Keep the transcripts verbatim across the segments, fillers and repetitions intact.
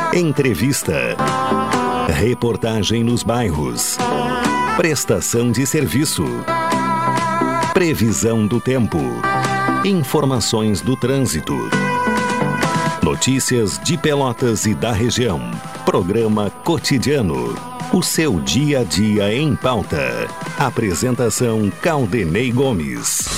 Entrevista. Reportagem nos bairros. Prestação de serviço. Previsão do tempo. Informações do trânsito. Notícias de Pelotas e da região. Programa Cotidiano. O seu dia a dia em pauta. Apresentação Caldenei Gomes.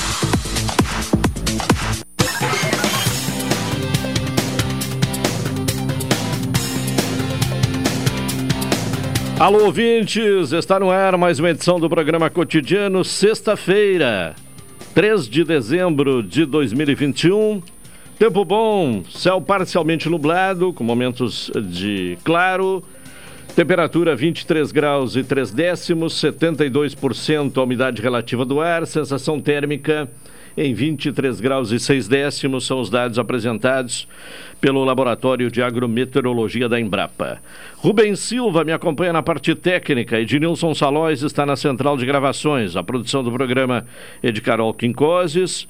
Alô, ouvintes! Está no ar mais uma edição do programa Cotidiano, sexta-feira, três de dezembro de dois mil e vinte e um. Tempo bom, céu parcialmente nublado, com momentos de claro. Temperatura vinte e três graus e três décimos, setenta e dois por cento a umidade relativa do ar, sensação térmica em vinte e três graus e seis décimos, são os dados apresentados pelo Laboratório de Agrometeorologia da Embrapa. Rubens Silva me acompanha na parte técnica, Ednilson Salóis está na central de gravações. A produção do programa é de Carol Quincoses,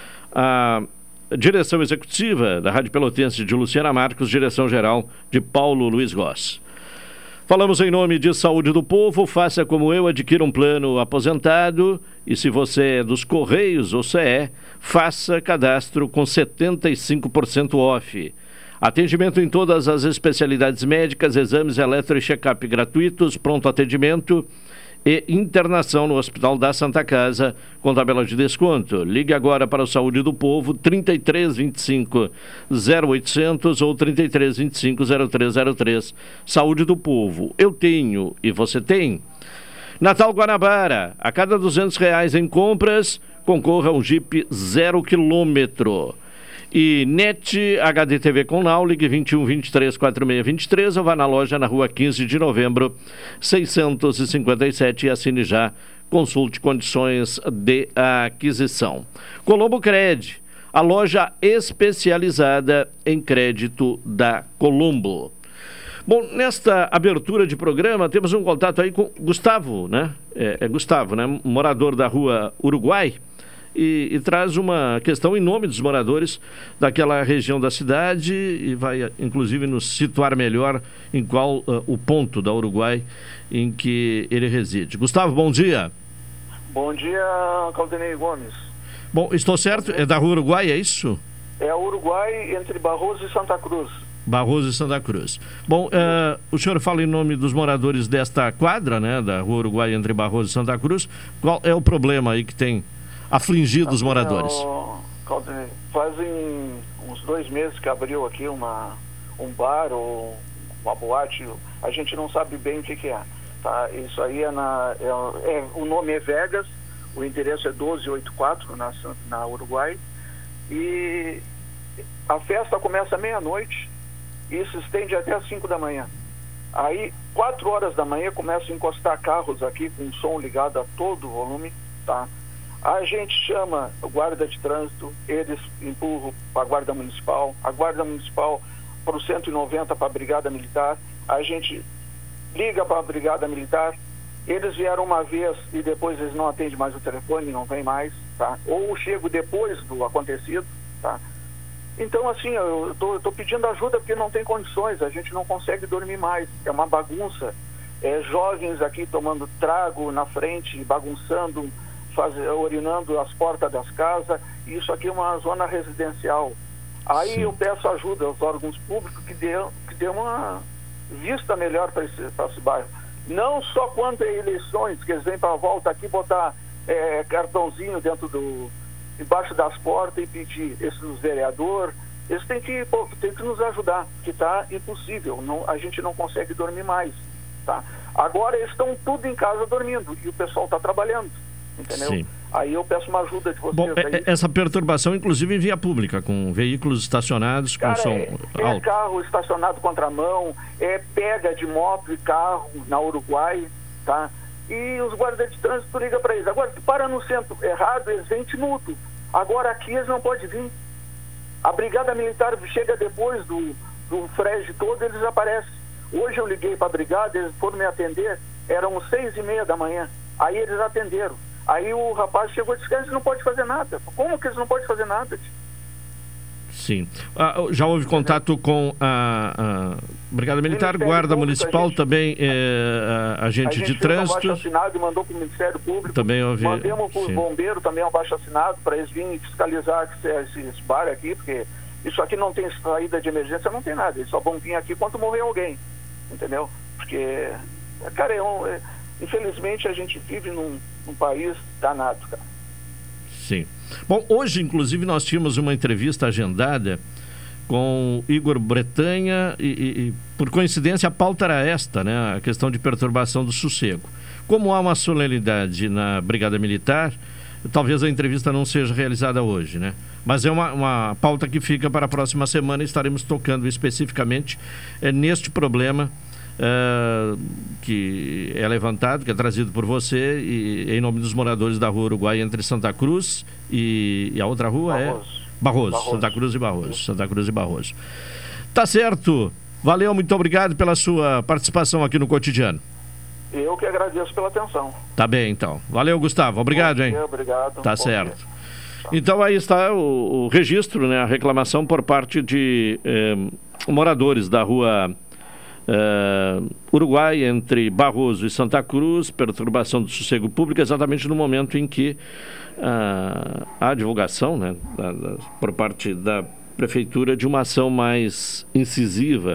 a direção executiva da Rádio Pelotense de Luciana Marcos, direção geral de Paulo Luiz Goss. Falamos em nome de Saúde do Povo. Faça como eu, adquira um plano aposentado e se você é dos Correios ou C E, faça cadastro com setenta e cinco por cento off. Atendimento em todas as especialidades médicas, exames eletro e check-up gratuitos, pronto atendimento e internação no Hospital da Santa Casa com tabela de desconto. Ligue agora para o Saúde do Povo, trinta e três, vinte e cinco, zero oitocentos ou trinta e três, vinte e cinco, zero três zero três. Saúde do Povo, eu tenho e você tem. Natal Guanabara, a cada duzentos reais em compras, concorra a um Jeep zero quilômetro. E Net H D T V com Now, ligue vinte e um, vinte e três, quarenta e seis, vinte e três ou vá na loja na rua quinze de novembro, seiscentos e cinquenta e sete e assine já. Consulte condições de aquisição. Colombo Cred, a loja especializada em crédito da Colombo. Bom, nesta abertura de programa temos um contato aí com Gustavo, né? É, é Gustavo, né? Morador da rua Uruguai. E, e traz uma questão em nome dos moradores daquela região da cidade e vai, inclusive, nos situar melhor em qual uh, o ponto da Uruguai em que ele reside. Gustavo, bom dia. Bom dia, Caldenei Gomes. Bom, estou certo? É da rua Uruguai, é isso? É o Uruguai entre Barroso e Santa Cruz. Barroso e Santa Cruz. Bom, uh, o senhor fala em nome dos moradores desta quadra, né, da rua Uruguai entre Barroso e Santa Cruz. Qual é o problema aí que tem afligido os moradores? Caldenei, fazem uns dois meses que abriu aqui uma, um bar ou uma boate, a gente não sabe bem o que, que é. Tá? Isso aí é na. É, é, o nome é Vegas, o endereço é doze oitenta e quatro na, na Uruguai. E a festa começa meia-noite e se estende até às cinco da manhã. Aí, quatro horas da manhã, começam a encostar carros aqui com o som ligado a todo o volume, tá? A gente chama o guarda de trânsito, eles empurram para a guarda municipal, a guarda municipal para o cento e noventa para a brigada militar, a gente liga para a brigada militar, eles vieram uma vez e depois eles não atendem mais o telefone, não vem mais, tá? Ou chego depois do acontecido, tá? Então, assim, eu tô, eu tô pedindo ajuda porque não tem condições, a gente não consegue dormir mais, é uma bagunça, é, jovens aqui tomando trago na frente, bagunçando, Faz, urinando as portas das casas. Isso aqui é uma zona residencial. Aí Sim. eu peço ajuda aos órgãos públicos que dê, que dê uma vista melhor para esse, esse bairro. Não só quando é eleições, que eles vêm para a volta aqui botar é, cartãozinho dentro do embaixo das portas e pedir esses vereadores, eles têm que, pô, têm que nos ajudar, que está impossível, não, a gente não consegue dormir mais, tá? Agora eles estão tudo em casa dormindo e o pessoal está trabalhando. Entendeu? Sim. Aí eu peço uma ajuda de vocês. Bom, aí. Essa perturbação, inclusive em via pública, com veículos estacionados com Cara, som é, é alto. Carro estacionado contramão, é pega de moto e carro na Uruguai, tá? E os guardas de trânsito ligam para eles. Agora, tu para no centro errado, eles vêm te multam. Agora aqui eles não podem vir. A brigada militar chega depois do, do frege todo, eles aparecem. Hoje eu liguei para a brigada, eles foram me atender, eram seis e meia da manhã. Aí eles atenderam. Aí o rapaz chegou e disse que eles não podem fazer nada. Como que eles não podem fazer nada? Sim. Ah, já houve contato com a, a Brigada Militar, Guarda Municipal, gente, também é, a, agente a gente de trânsito. Um abaixo assinado e mandou para o Ministério Público. Também houve. Mandamos para o bombeiro também um abaixo assinado para eles virem fiscalizar esses bar aqui, porque isso aqui não tem saída de emergência, não tem nada. Eles só vão vir aqui quando morrer alguém, entendeu? Porque, cara, é um, é, infelizmente a gente vive num, num país danado, cara. Sim. Bom, hoje, inclusive, nós tínhamos uma entrevista agendada com Igor Bretanha e, e, e, por coincidência, a pauta era esta, né? A questão de perturbação do sossego. Como há uma solenidade na Brigada Militar, talvez a entrevista não seja realizada hoje, né? Mas é uma, uma pauta que fica para a próxima semana e estaremos tocando especificamente é, neste problema Uh, que é levantado, que é trazido por você e em nome dos moradores da Rua Uruguai entre Santa Cruz e, e a outra rua Barroso. é Barroso, Barroso, Santa Cruz e Barroso, Santa Cruz e Barroso. Tá certo, valeu, muito obrigado pela sua participação aqui no Cotidiano. Eu que agradeço pela atenção. Tá bem, então. Valeu, Gustavo, obrigado, hein? Obrigado. Tá certo. Então aí está o, o registro, né, a reclamação por parte de eh, moradores da Rua Uh, Uruguai, entre Barroso e Santa Cruz, perturbação do sossego público, exatamente no momento em que uh, há divulgação, né, da, da, por parte da Prefeitura de uma ação mais incisiva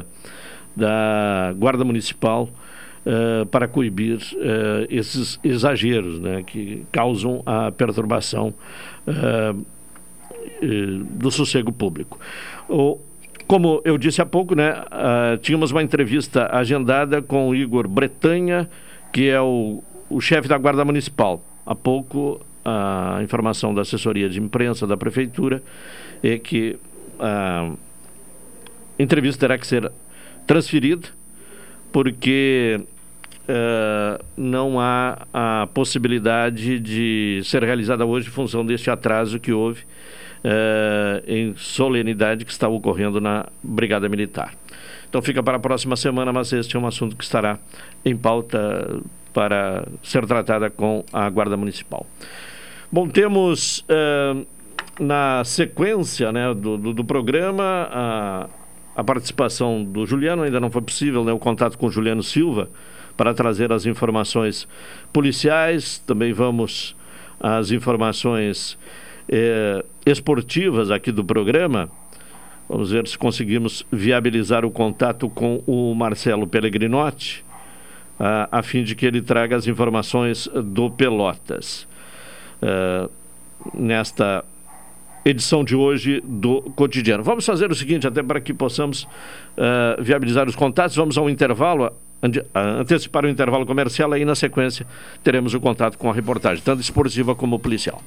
da Guarda Municipal uh, para coibir uh, esses exageros, né, que causam a perturbação uh, uh, do sossego público. O Como eu disse há pouco, né, uh, tínhamos uma entrevista agendada com o Igor Bretanha, que é o, o chefe da Guarda Municipal. Há pouco, a informação da assessoria de imprensa da Prefeitura é que a entrevista terá que ser transferida, porque uh, não há a possibilidade de ser realizada hoje em função deste atraso que houve Uh, em solenidade que está ocorrendo na Brigada Militar. Então fica para a próxima semana, mas este é um assunto que estará em pauta para ser tratada com a Guarda Municipal. Bom, temos uh, na sequência, né, do, do, do programa a, a participação do Juliano. Ainda não foi possível, né, o contato com o Juliano Silva para trazer as informações policiais. Também vamos às informações Eh, esportivas aqui do programa. Vamos ver se conseguimos viabilizar o contato com o Marcelo Pellegrinotti, a, a fim de que ele traga as informações do Pelotas eh, nesta edição de hoje do Cotidiano. Vamos fazer o seguinte, até para que possamos uh, viabilizar os contatos, vamos ao intervalo, ante, uh, antecipar o intervalo comercial, aí na sequência teremos o contato com a reportagem, tanto esportiva como policial.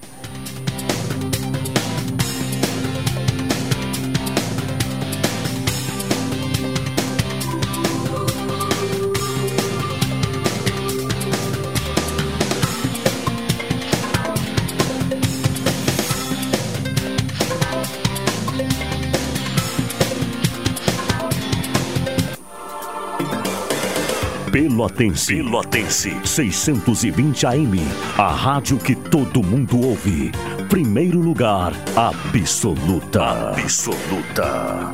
Pelotense, Pelotense, seiscentos e vinte A M, a rádio que todo mundo ouve. Primeiro lugar, absoluta. Absoluta.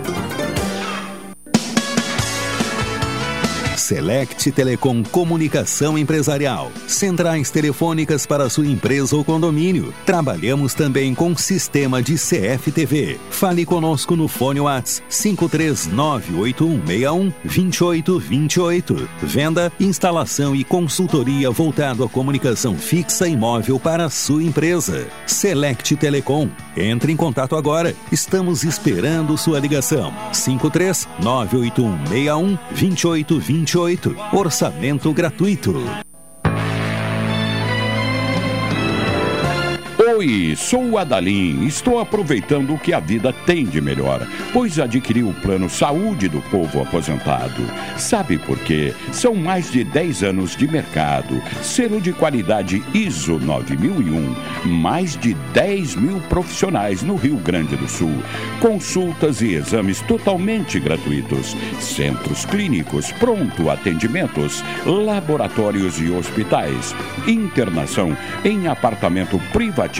Select Telecom Comunicação Empresarial. Centrais telefônicas para sua empresa ou condomínio. Trabalhamos também com sistema de C F T V. Fale conosco no fone WhatsApp cinco três nove oito um seis um dois oito dois oito. Venda, instalação e consultoria voltado à comunicação fixa e móvel para a sua empresa. Select Telecom. Entre em contato agora. Estamos esperando sua ligação. cinco três nove oito um seis um dois oito dois oito. Orçamento gratuito. Oi, sou o Adalim. Estou aproveitando o que a vida tem de melhor, pois adquiri o plano Saúde do Povo Aposentado. Sabe por quê? São mais de dez anos de mercado, selo de qualidade I S O nove mil e um, mais de dez mil profissionais no Rio Grande do Sul, consultas e exames totalmente gratuitos, centros clínicos, pronto atendimentos, laboratórios e hospitais, internação em apartamento privativo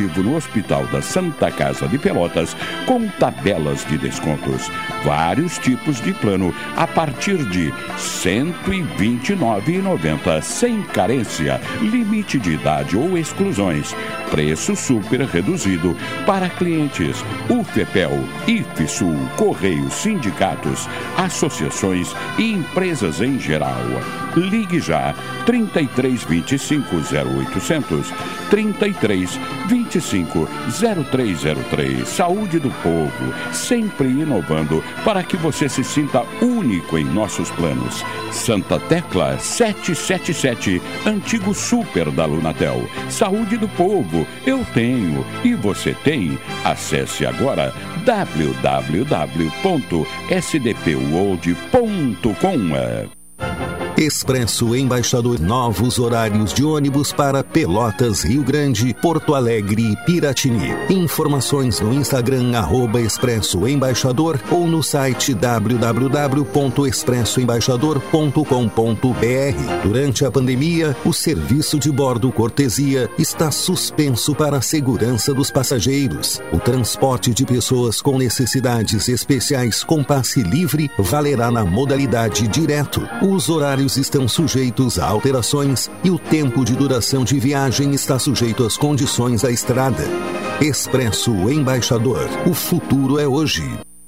exclusivo no Hospital da Santa Casa de Pelotas, com tabelas de descontos. Vários tipos de plano a partir de cento e vinte e nove reais e noventa centavos, sem carência, limite de idade ou exclusões. Preço super reduzido para clientes UFEPEL, IFSUL, Correios, sindicatos, associações e empresas em geral. Ligue já trinta e três, vinte e cinco, zero oitocentos, trinta e três, vinte e cinco, zero três zero três. Saúde do povo, sempre inovando para que você se sinta único em nossos planos. Santa Tecla setecentos e setenta e sete, antigo super da Lunatel. Saúde do povo, eu tenho e você tem. Acesse agora w w w ponto s d p world ponto com. Expresso Embaixador, novos horários de ônibus para Pelotas, Rio Grande, Porto Alegre e Piratini. Informações no Instagram, arroba Expresso Embaixador, ou no site w w w ponto expresso embaixador ponto com ponto b r. Durante a pandemia, o serviço de bordo cortesia está suspenso para a segurança dos passageiros. O transporte de pessoas com necessidades especiais com passe livre valerá na modalidade direto. Os horários estão sujeitos a alterações e o tempo de duração de viagem está sujeito às condições da estrada. Expresso Embaixador. O futuro é hoje.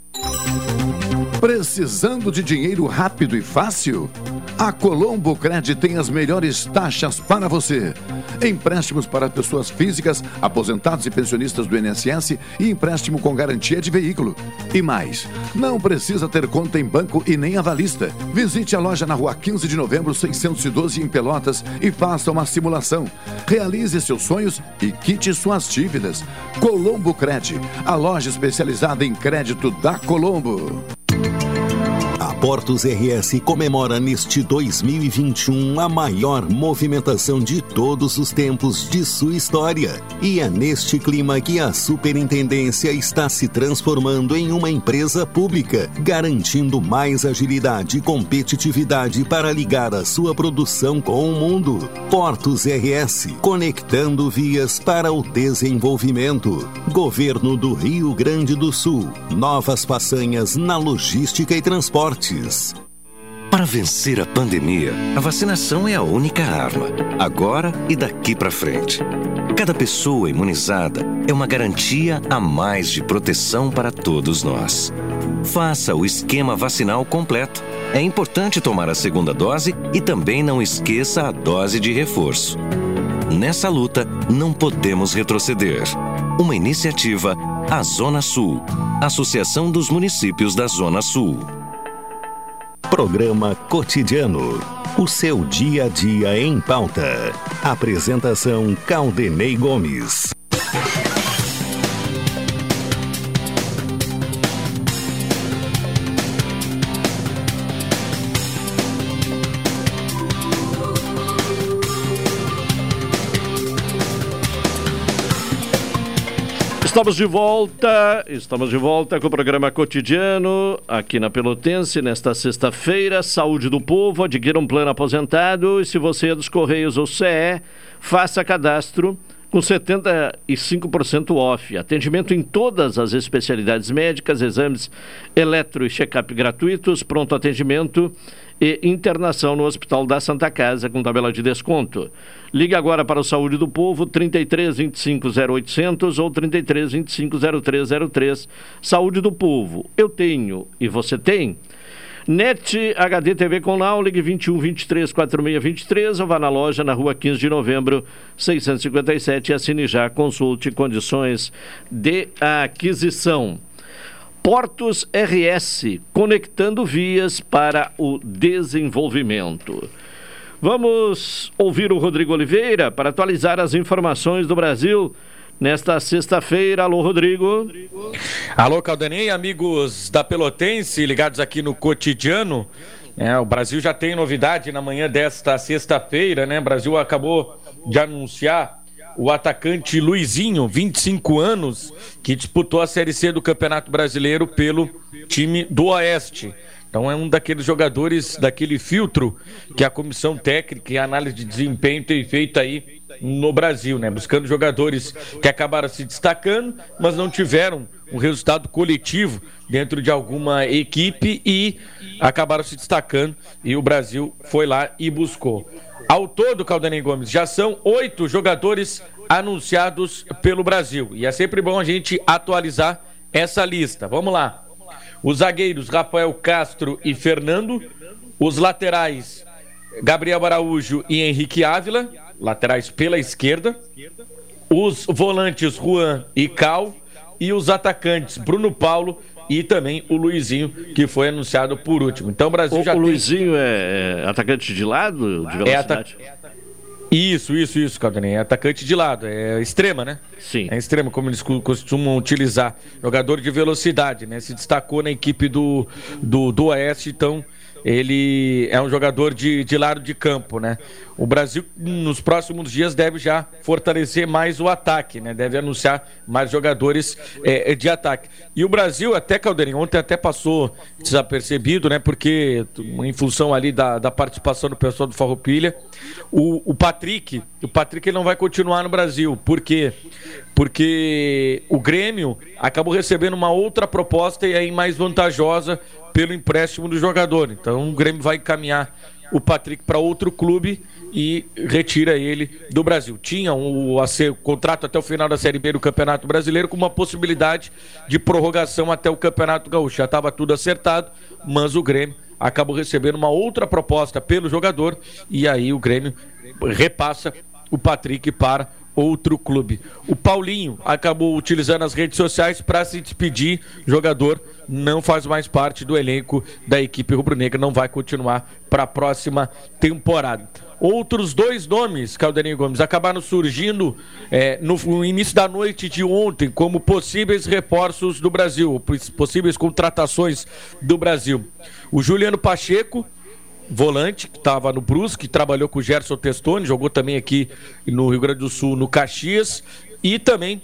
Precisando de dinheiro rápido e fácil? A Colombo Cred tem as melhores taxas para você. Empréstimos para pessoas físicas, aposentados e pensionistas do I N S S e empréstimo com garantia de veículo. E mais, não precisa ter conta em banco e nem avalista. Visite a loja na rua quinze de novembro, seiscentos e doze em Pelotas e faça uma simulação. Realize seus sonhos e quite suas dívidas. Colombo Cred, a loja especializada em crédito da Colombo. A Portos R S comemora neste dois mil e vinte e um a maior movimentação de todos os tempos de sua história. E é neste clima que a Superintendência está se transformando em uma empresa pública, garantindo mais agilidade e competitividade para ligar a sua produção com o mundo. Portos R S, conectando vias para o desenvolvimento. Governo do Rio Grande do Sul, novas façanhas na logística e transportes. Para vencer a pandemia, a vacinação é a única arma, agora e daqui para frente. Cada pessoa imunizada é uma garantia a mais de proteção para todos nós. Faça o esquema vacinal completo. É importante tomar a segunda dose e também não esqueça a dose de reforço. Nessa luta, não podemos retroceder. Uma iniciativa, a Zona Sul, Associação dos Municípios da Zona Sul. Programa Cotidiano. O seu dia a dia em pauta. Apresentação Caldenei Gomes. Estamos de volta, estamos de volta com o programa Cotidiano, aqui na Pelotense, nesta sexta-feira. Saúde do povo, adquira um plano aposentado e se você é dos Correios ou C E, faça cadastro com setenta e cinco por cento off. Atendimento em todas as especialidades médicas, exames eletro e check-up gratuitos, pronto atendimento e internação no Hospital da Santa Casa com tabela de desconto. Ligue agora para o Saúde do Povo, trinta e três, vinte e cinco, zero oitocentos ou trinta e três, vinte e cinco, zero três zero três. Saúde do Povo, eu tenho e você tem. Net H D T V com Now, ligue vinte e um, vinte e três, quarenta e seis, vinte e três ou vá na loja na rua quinze de novembro, seiscentos e cinquenta e sete e assine já, consulte condições de aquisição. Portos R S, conectando vias para o desenvolvimento. Vamos ouvir o Rodrigo Oliveira para atualizar as informações do Brasil nesta sexta-feira. Alô, Rodrigo. Alô, Caldenei, amigos da Pelotense, ligados aqui no Cotidiano. É, o Brasil já tem novidade na manhã desta sexta-feira, né? O Brasil acabou de anunciar o atacante Luizinho, vinte e cinco anos, que disputou a Série C do Campeonato Brasileiro pelo time do Oeste. Então é um daqueles jogadores, daquele filtro que a comissão técnica e a análise de desempenho tem feito aí no Brasil, né? Buscando jogadores que acabaram se destacando, mas não tiveram um resultado coletivo dentro de alguma equipe e acabaram se destacando, e o Brasil foi lá e buscou. Ao todo, Caldanei Gomes, já são oito jogadores anunciados pelo Brasil, e é sempre bom a gente atualizar essa lista. Vamos lá. Os zagueiros Rafael Castro e Fernando, os laterais Gabriel Araújo e Henrique Ávila, laterais pela esquerda, os volantes Juan e Cal, e os atacantes Bruno Paulo e também o Luizinho, que foi anunciado por último. Então o Brasil o, já o tem... Luizinho é atacante de lado, de velocidade? É ata... Isso, isso, isso, Caldanei. É atacante de lado, é extrema, né? Sim. É extrema, como eles costumam utilizar. Jogador de velocidade, né? Se destacou na equipe do, do, do Oeste, então ele é um jogador de, de lado de campo, né? O Brasil, nos próximos dias, deve já fortalecer mais o ataque, né? Deve anunciar mais jogadores é, de ataque. E o Brasil, até, Caldanei, ontem até passou desapercebido, né? Porque, em função ali da, da participação do pessoal do Farroupilha, o, o Patrick, o Patrick ele não vai continuar no Brasil. Por quê? Porque o Grêmio acabou recebendo uma outra proposta e aí mais vantajosa pelo empréstimo do jogador. Então o Grêmio vai encaminhar o Patrick para outro clube e retira ele do Brasil. Tinha um, a ser, o contrato até o final da Série B do Campeonato Brasileiro, com uma possibilidade de prorrogação até o Campeonato Gaúcho. Já estava tudo acertado, mas o Grêmio acabou recebendo uma outra proposta pelo jogador e aí o Grêmio repassa o Patrick para outro clube. O Paulinho acabou utilizando as redes sociais para se despedir. O jogador não faz mais parte do elenco da equipe rubro-negra, não vai continuar para a próxima temporada. Outros dois nomes, Caldanei Gomes, acabaram surgindo é, no, no início da noite de ontem como possíveis reforços do Brasil, possíveis contratações do Brasil. O Juliano Pacheco, volante, que estava no Brusque, que trabalhou com o Gerson Testoni, jogou também aqui no Rio Grande do Sul, no Caxias, e também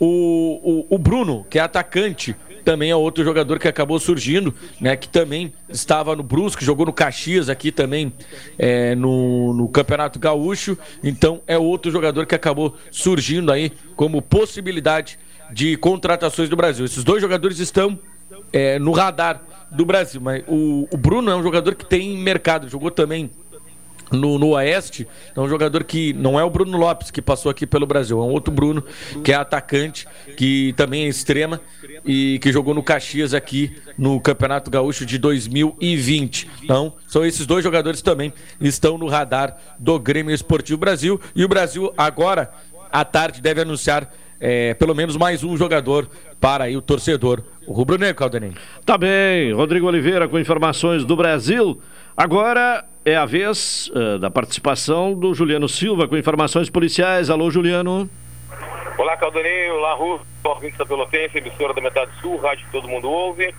o, o, o Bruno, que é atacante, também é outro jogador que acabou surgindo, né, que também estava no Brusque, jogou no Caxias aqui também é, no, no Campeonato Gaúcho, então é outro jogador que acabou surgindo aí como possibilidade de contratações do Brasil. Esses dois jogadores estão é, no radar do Brasil, mas o, o Bruno é um jogador que tem mercado, jogou também no, no Oeste, é um jogador que não é o Bruno Lopes que passou aqui pelo Brasil, é um outro Bruno que é atacante, que também é extrema e que jogou no Caxias aqui no Campeonato Gaúcho de dois mil e vinte. Então, são esses dois jogadores também que estão no radar do Grêmio Esportivo Brasil, e o Brasil agora à tarde deve anunciar É, pelo menos mais um jogador para aí o torcedor, o rubro-negro, Caldanei. Tá bem, Rodrigo Oliveira com informações do Brasil. Agora é a vez uh, da participação do Juliano Silva com informações policiais. Alô, Juliano. Olá, Caldanei, olá, Rufo, ouvintes da Pelotense, emissora da Metade Sul, rádio que todo mundo ouve.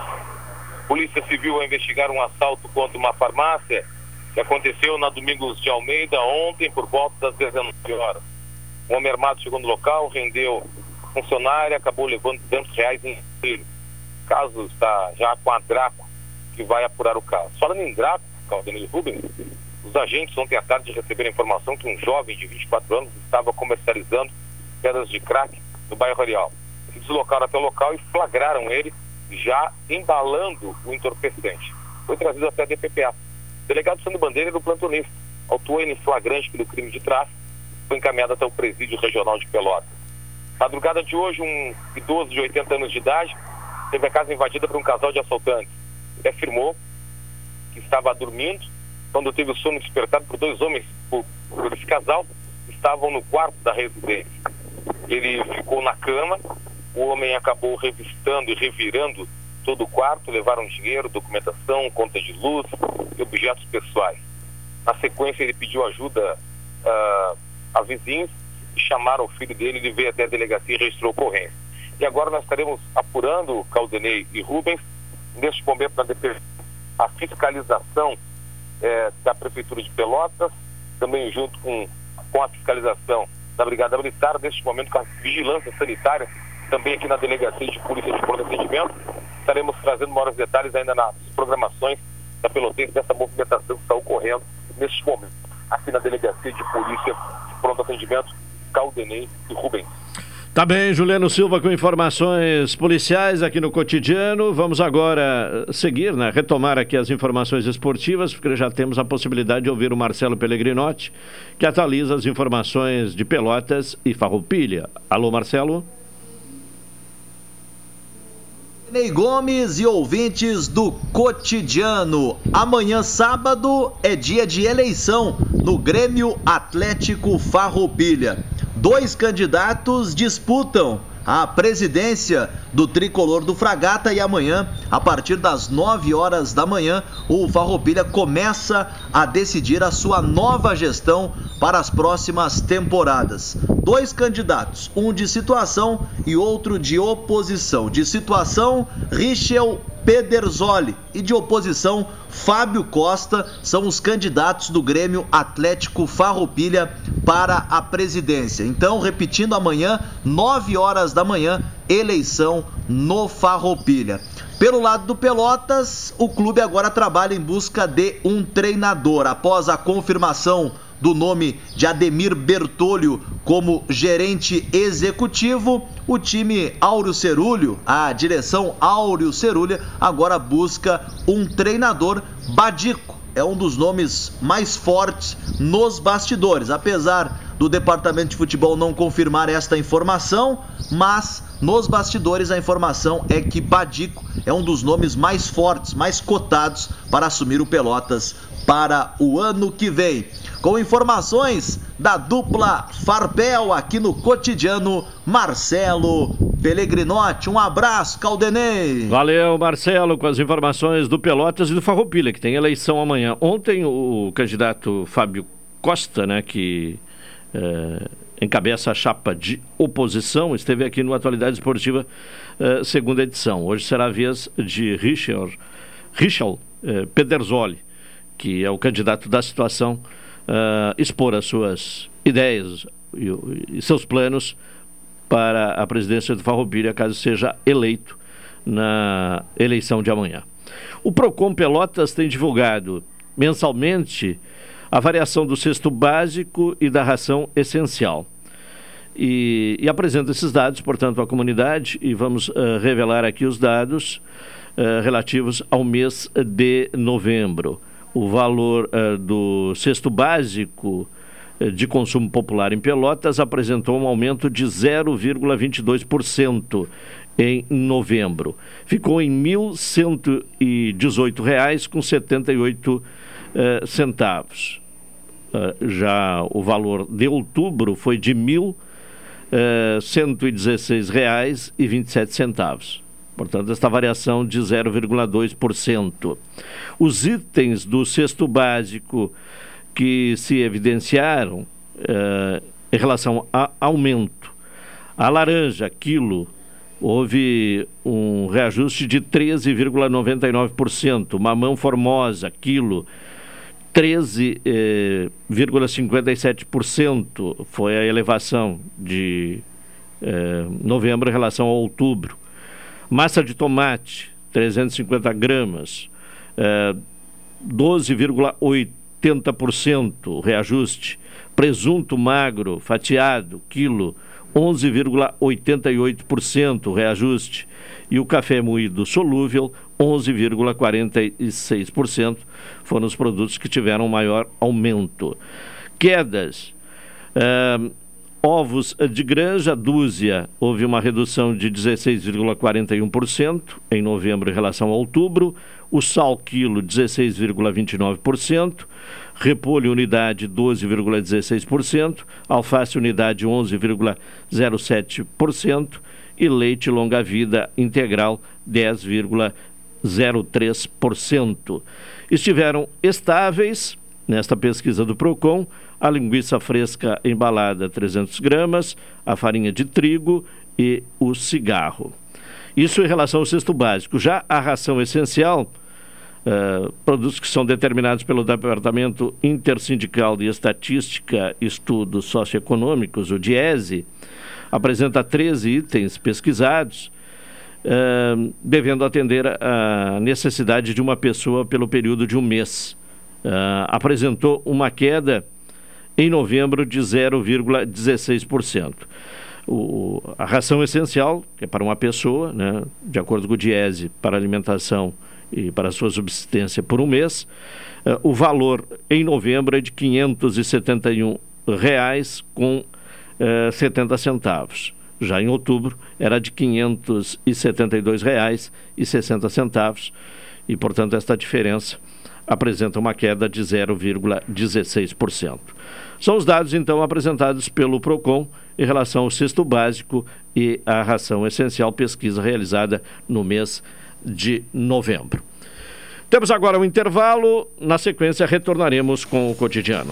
Polícia Civil vai investigar um assalto contra uma farmácia que aconteceu na Domingos de Almeida ontem por volta das dezenove horas. Um homem armado chegou no local, rendeu funcionária, acabou levando duzentos reais em dinheiro. O caso está já com a Draco, que vai apurar o caso. Falando em Draco, Caldanei Rubens, os agentes ontem à tarde receberam a informação que um jovem de vinte e quatro anos estava comercializando pedras de crack no bairro Areal. Se deslocaram até o local e flagraram ele já embalando o entorpecente. Foi trazido até a D P P A. O delegado Sandro Bandeira do plantonista autuou ele em flagrante pelo crime de tráfico, foi encaminhado até o presídio regional de Pelotas. Madrugada de hoje, um idoso de oitenta anos de idade teve a casa invadida por um casal de assaltantes. Ele afirmou que estava dormindo quando teve o sono despertado por dois homens, por, por esse casal, que estavam no quarto da residência. Ele ficou na cama, o homem acabou revistando e revirando todo o quarto, levaram dinheiro, documentação, conta de luz e objetos pessoais. Na sequência, ele pediu ajuda uh, a vizinhos e chamaram o filho dele, ele veio até a delegacia e registrou a ocorrência. E agora nós estaremos apurando, Caldanei e Rubens, neste momento na D P, a fiscalização eh, da Prefeitura de Pelotas, também junto com, com a fiscalização da Brigada Militar, neste momento com a vigilância sanitária, também aqui na Delegacia de Polícia de Pronto Atendimento, estaremos trazendo maiores detalhes ainda nas programações da Pelotense, dessa movimentação que está ocorrendo neste momento, aqui na Delegacia de Polícia de Pronto Atendimento, Caldenei e Rubens. Tá bem, Juliano Silva com informações policiais aqui no Cotidiano. Vamos agora seguir, né, retomar aqui as informações esportivas, porque já temos a possibilidade de ouvir o Marcelo Pellegrinotti, que atualiza as informações de Pelotas e Farroupilha. Alô, Marcelo? Ney Gomes e ouvintes do Cotidiano. Amanhã, sábado, é dia de eleição no Grêmio Atlético Farroupilha. Dois candidatos disputam a presidência do tricolor do Fragata e amanhã, a partir das nove horas da manhã, o Farroupilha começa a decidir a sua nova gestão para as próximas temporadas. Dois candidatos, um de situação e outro de oposição. De situação, Richel Pederzoli, e de oposição, Fábio Costa, são os candidatos do Grêmio Atlético Farroupilha para a presidência. Então, repetindo, amanhã, nove horas da manhã, eleição no Farroupilha. Pelo lado do Pelotas, o clube agora trabalha em busca de um treinador. Após a confirmação do nome de Ademir Bertolho como gerente executivo, o time Áureo Cerulho, a direção Áureo Cerulho, agora busca um treinador. Badico é um dos nomes mais fortes nos bastidores, apesar do departamento de futebol não confirmar esta informação, mas nos bastidores a informação é que Badico é um dos nomes mais fortes, mais cotados para assumir o Pelotas para o ano que vem. Com informações da dupla Farpel aqui no Cotidiano, Marcelo Pellegrinotti. Um abraço, Caldenei. Valeu, Marcelo, com as informações do Pelotas e do Farroupilha, que tem eleição amanhã. Ontem o candidato Fábio Costa, né, que é, encabeça a chapa de oposição, esteve aqui no Atualidade Esportiva, é, segunda edição. Hoje será a vez de Richel, Richel é, Pederzoli, que é o candidato da situação, Uh, expor as suas ideias e, e seus planos para a presidência do Farroupilha, caso seja eleito na eleição de amanhã. O Procon Pelotas tem divulgado mensalmente a variação do cesto básico e da ração essencial. E, e apresenta esses dados, portanto, à comunidade, e vamos uh, revelar aqui os dados uh, relativos ao mês de novembro. O valor uh, do cesto básico uh, de consumo popular em Pelotas apresentou um aumento de zero vírgula vinte e dois por cento em novembro. Ficou em mil cento e dezoito reais com setenta e oito uh, centavos. Uh, já o valor de outubro foi de mil cento e dezesseis reais e vinte e sete centavos. Portanto, esta variação de zero vírgula dois por cento. Os itens do cesto básico que se evidenciaram eh, em relação a aumento. A laranja, quilo, houve um reajuste de treze vírgula noventa e nove por cento. Mamão Formosa, quilo, treze vírgula cinquenta e sete por cento foi a elevação de eh, novembro em relação a outubro. Massa de tomate, trezentos e cinquenta gramas, eh, doze vírgula oitenta por cento reajuste. Presunto magro, fatiado, quilo, onze vírgula oitenta e oito por cento reajuste. E o café moído solúvel, onze vírgula quarenta e seis por cento foram os produtos que tiveram maior aumento. Quedas. Eh, Ovos de granja, dúzia, houve uma redução de dezesseis vírgula quarenta e um por cento em novembro em relação a outubro. O sal quilo, dezesseis vírgula vinte e nove por cento. Repolho unidade, doze vírgula dezesseis por cento. Alface unidade, onze vírgula zero sete por cento. E leite longa-vida integral, dez vírgula zero três por cento. Estiveram estáveis, nesta pesquisa do Procon, a linguiça fresca embalada trezentas gramas, a farinha de trigo e o cigarro. Isso em relação ao cesto básico. Já a ração essencial, uh, produtos que são determinados pelo Departamento Intersindical de Estatística e Estudos Socioeconômicos, o DIESE, apresenta treze itens pesquisados, uh, devendo atender a necessidade de uma pessoa pelo período de um mês. Uh, apresentou uma queda em novembro de zero vírgula dezesseis por cento. O, a ração essencial, que é para uma pessoa, né, de acordo com o Diese, para alimentação e para a sua subsistência por um mês, uh, o valor em novembro é de quinhentos e setenta e um reais com uh, setenta centavos. Já em outubro era de quinhentos e setenta e dois reais e sessenta centavos e, portanto, esta diferença apresenta uma queda de zero vírgula dezesseis por cento. São os dados, então, apresentados pelo PROCON em relação ao cesto básico e à ração essencial, pesquisa realizada no mês de novembro. Temos agora um intervalo, na sequência retornaremos com o cotidiano.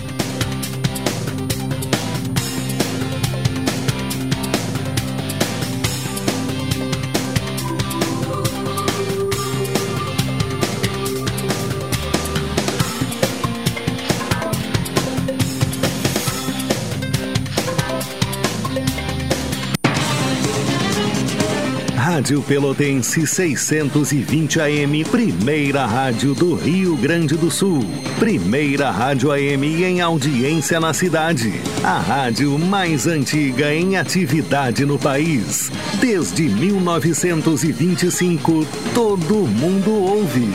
Rádio Pelotense seiscentos e vinte A M, primeira rádio do Rio Grande do Sul. Primeira rádio A M em audiência na cidade. A rádio mais antiga em atividade no país. Desde mil novecentos e vinte e cinco, todo mundo ouve.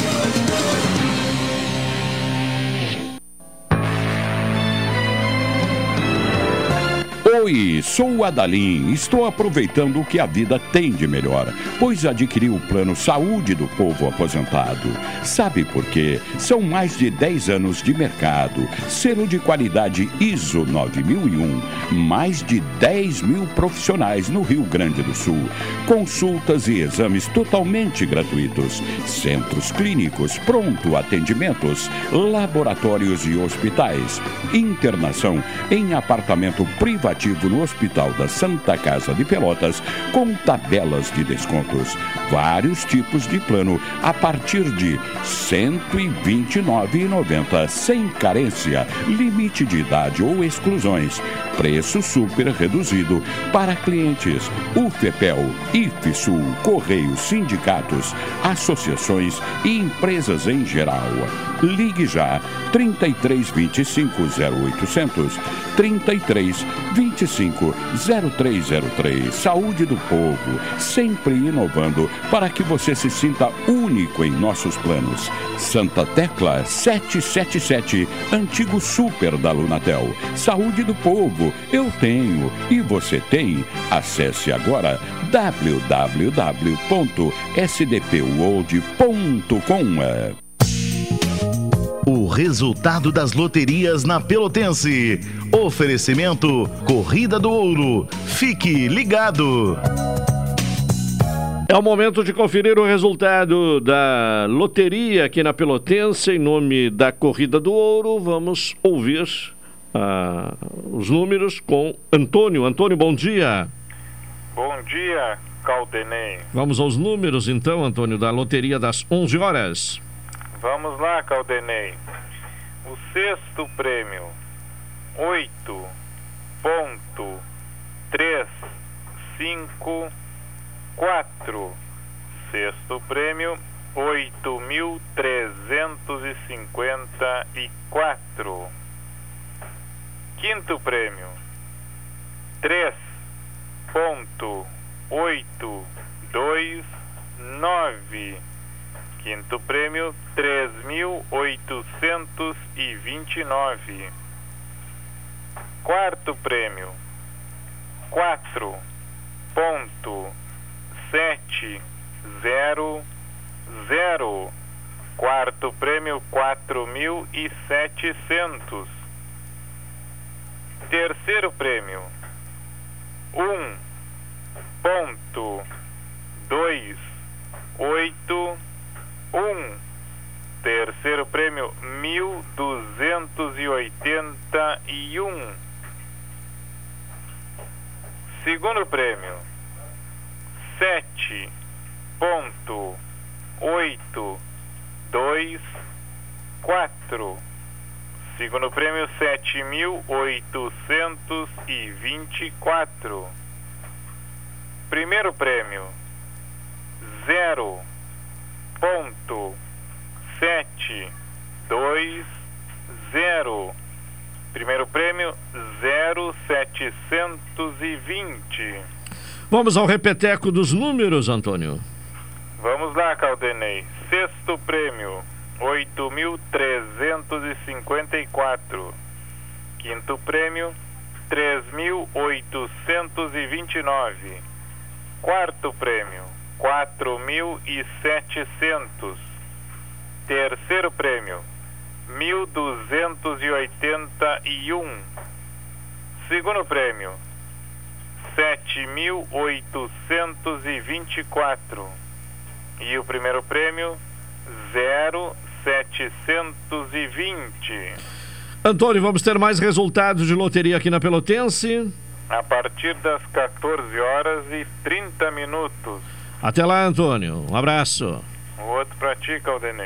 Oi, sou o Adalim. Estou aproveitando o que a vida tem de melhor, pois adquiri o plano Saúde do Povo Aposentado. Sabe por quê? São mais de dez anos de mercado, selo de qualidade I S O nove mil e um, mais de dez mil profissionais no Rio Grande do Sul, consultas e exames totalmente gratuitos, centros clínicos, pronto atendimentos, laboratórios e hospitais, internação em apartamento privativo no Hospital da Santa Casa de Pelotas, com tabelas de descontos. Vários tipos de plano a partir de cento e vinte e nove reais e noventa centavos, sem carência, limite de idade ou exclusões. Preço super reduzido para clientes UFEPEL, IFSUL, Correios, sindicatos, associações e empresas em geral. Ligue já trinta e três, vinte e cinco, zero oitocentos, trinta e três, vinte e cinco, zero três zero três. Saúde do Povo, sempre inovando para que você se sinta único em nossos planos. Santa Tecla setecentos e setenta e sete, antigo super da Lunatel. Saúde do Povo, eu tenho e você tem. Acesse agora w w w ponto s d p world ponto com. O resultado das loterias na Pelotense. Oferecimento Corrida do Ouro. Fique ligado. É o momento de conferir o resultado da loteria aqui na Pelotense, em nome da Corrida do Ouro. Vamos ouvir uh, os números com Antônio. Antônio, bom dia. Bom dia, Caldenei. Vamos aos números então, Antônio, da loteria das onze horas. Vamos lá, Caldenei. O sexto prêmio, oito ponto três cinco quatro. Sexto prêmio, oito mil trezentos e cinquenta e quatro. Quinto prêmio, três ponto oito dois nove. Quinto prêmio, três mil oitocentos e vinte e nove. Quarto prêmio, quatro ponto sete zero zero. Quarto prêmio, quatro mil e setecentos. Terceiro prêmio, um ponto dois oito um. Terceiro prêmio, mil duzentos e oitenta e um. Segundo prêmio, sete ponto oito dois quatro. Segundo prêmio, sete mil oitocentos e vinte e quatro. Primeiro prêmio, zero ponto sete dois zero. Primeiro prêmio zero setecentos e vinte. Vamos ao repeteco dos números, Antônio. Vamos lá, Caldenei. Sexto prêmio oito mil trezentos e cinquenta e quatro. Quinto prêmio três mil oitocentos e vinte e nove. Quarto prêmio quatro mil e setecentos. Terceiro prêmio mil duzentos e oitenta e um. Segundo prêmio sete mil oitocentos e vinte e quatro. E o primeiro prêmio zero setecentos e vinte. Antônio, vamos ter mais resultados de loteria aqui na Pelotense? A partir das quatorze horas e trinta minutos. Até lá, Antônio. Um abraço. O outro pra ti, Caldenei.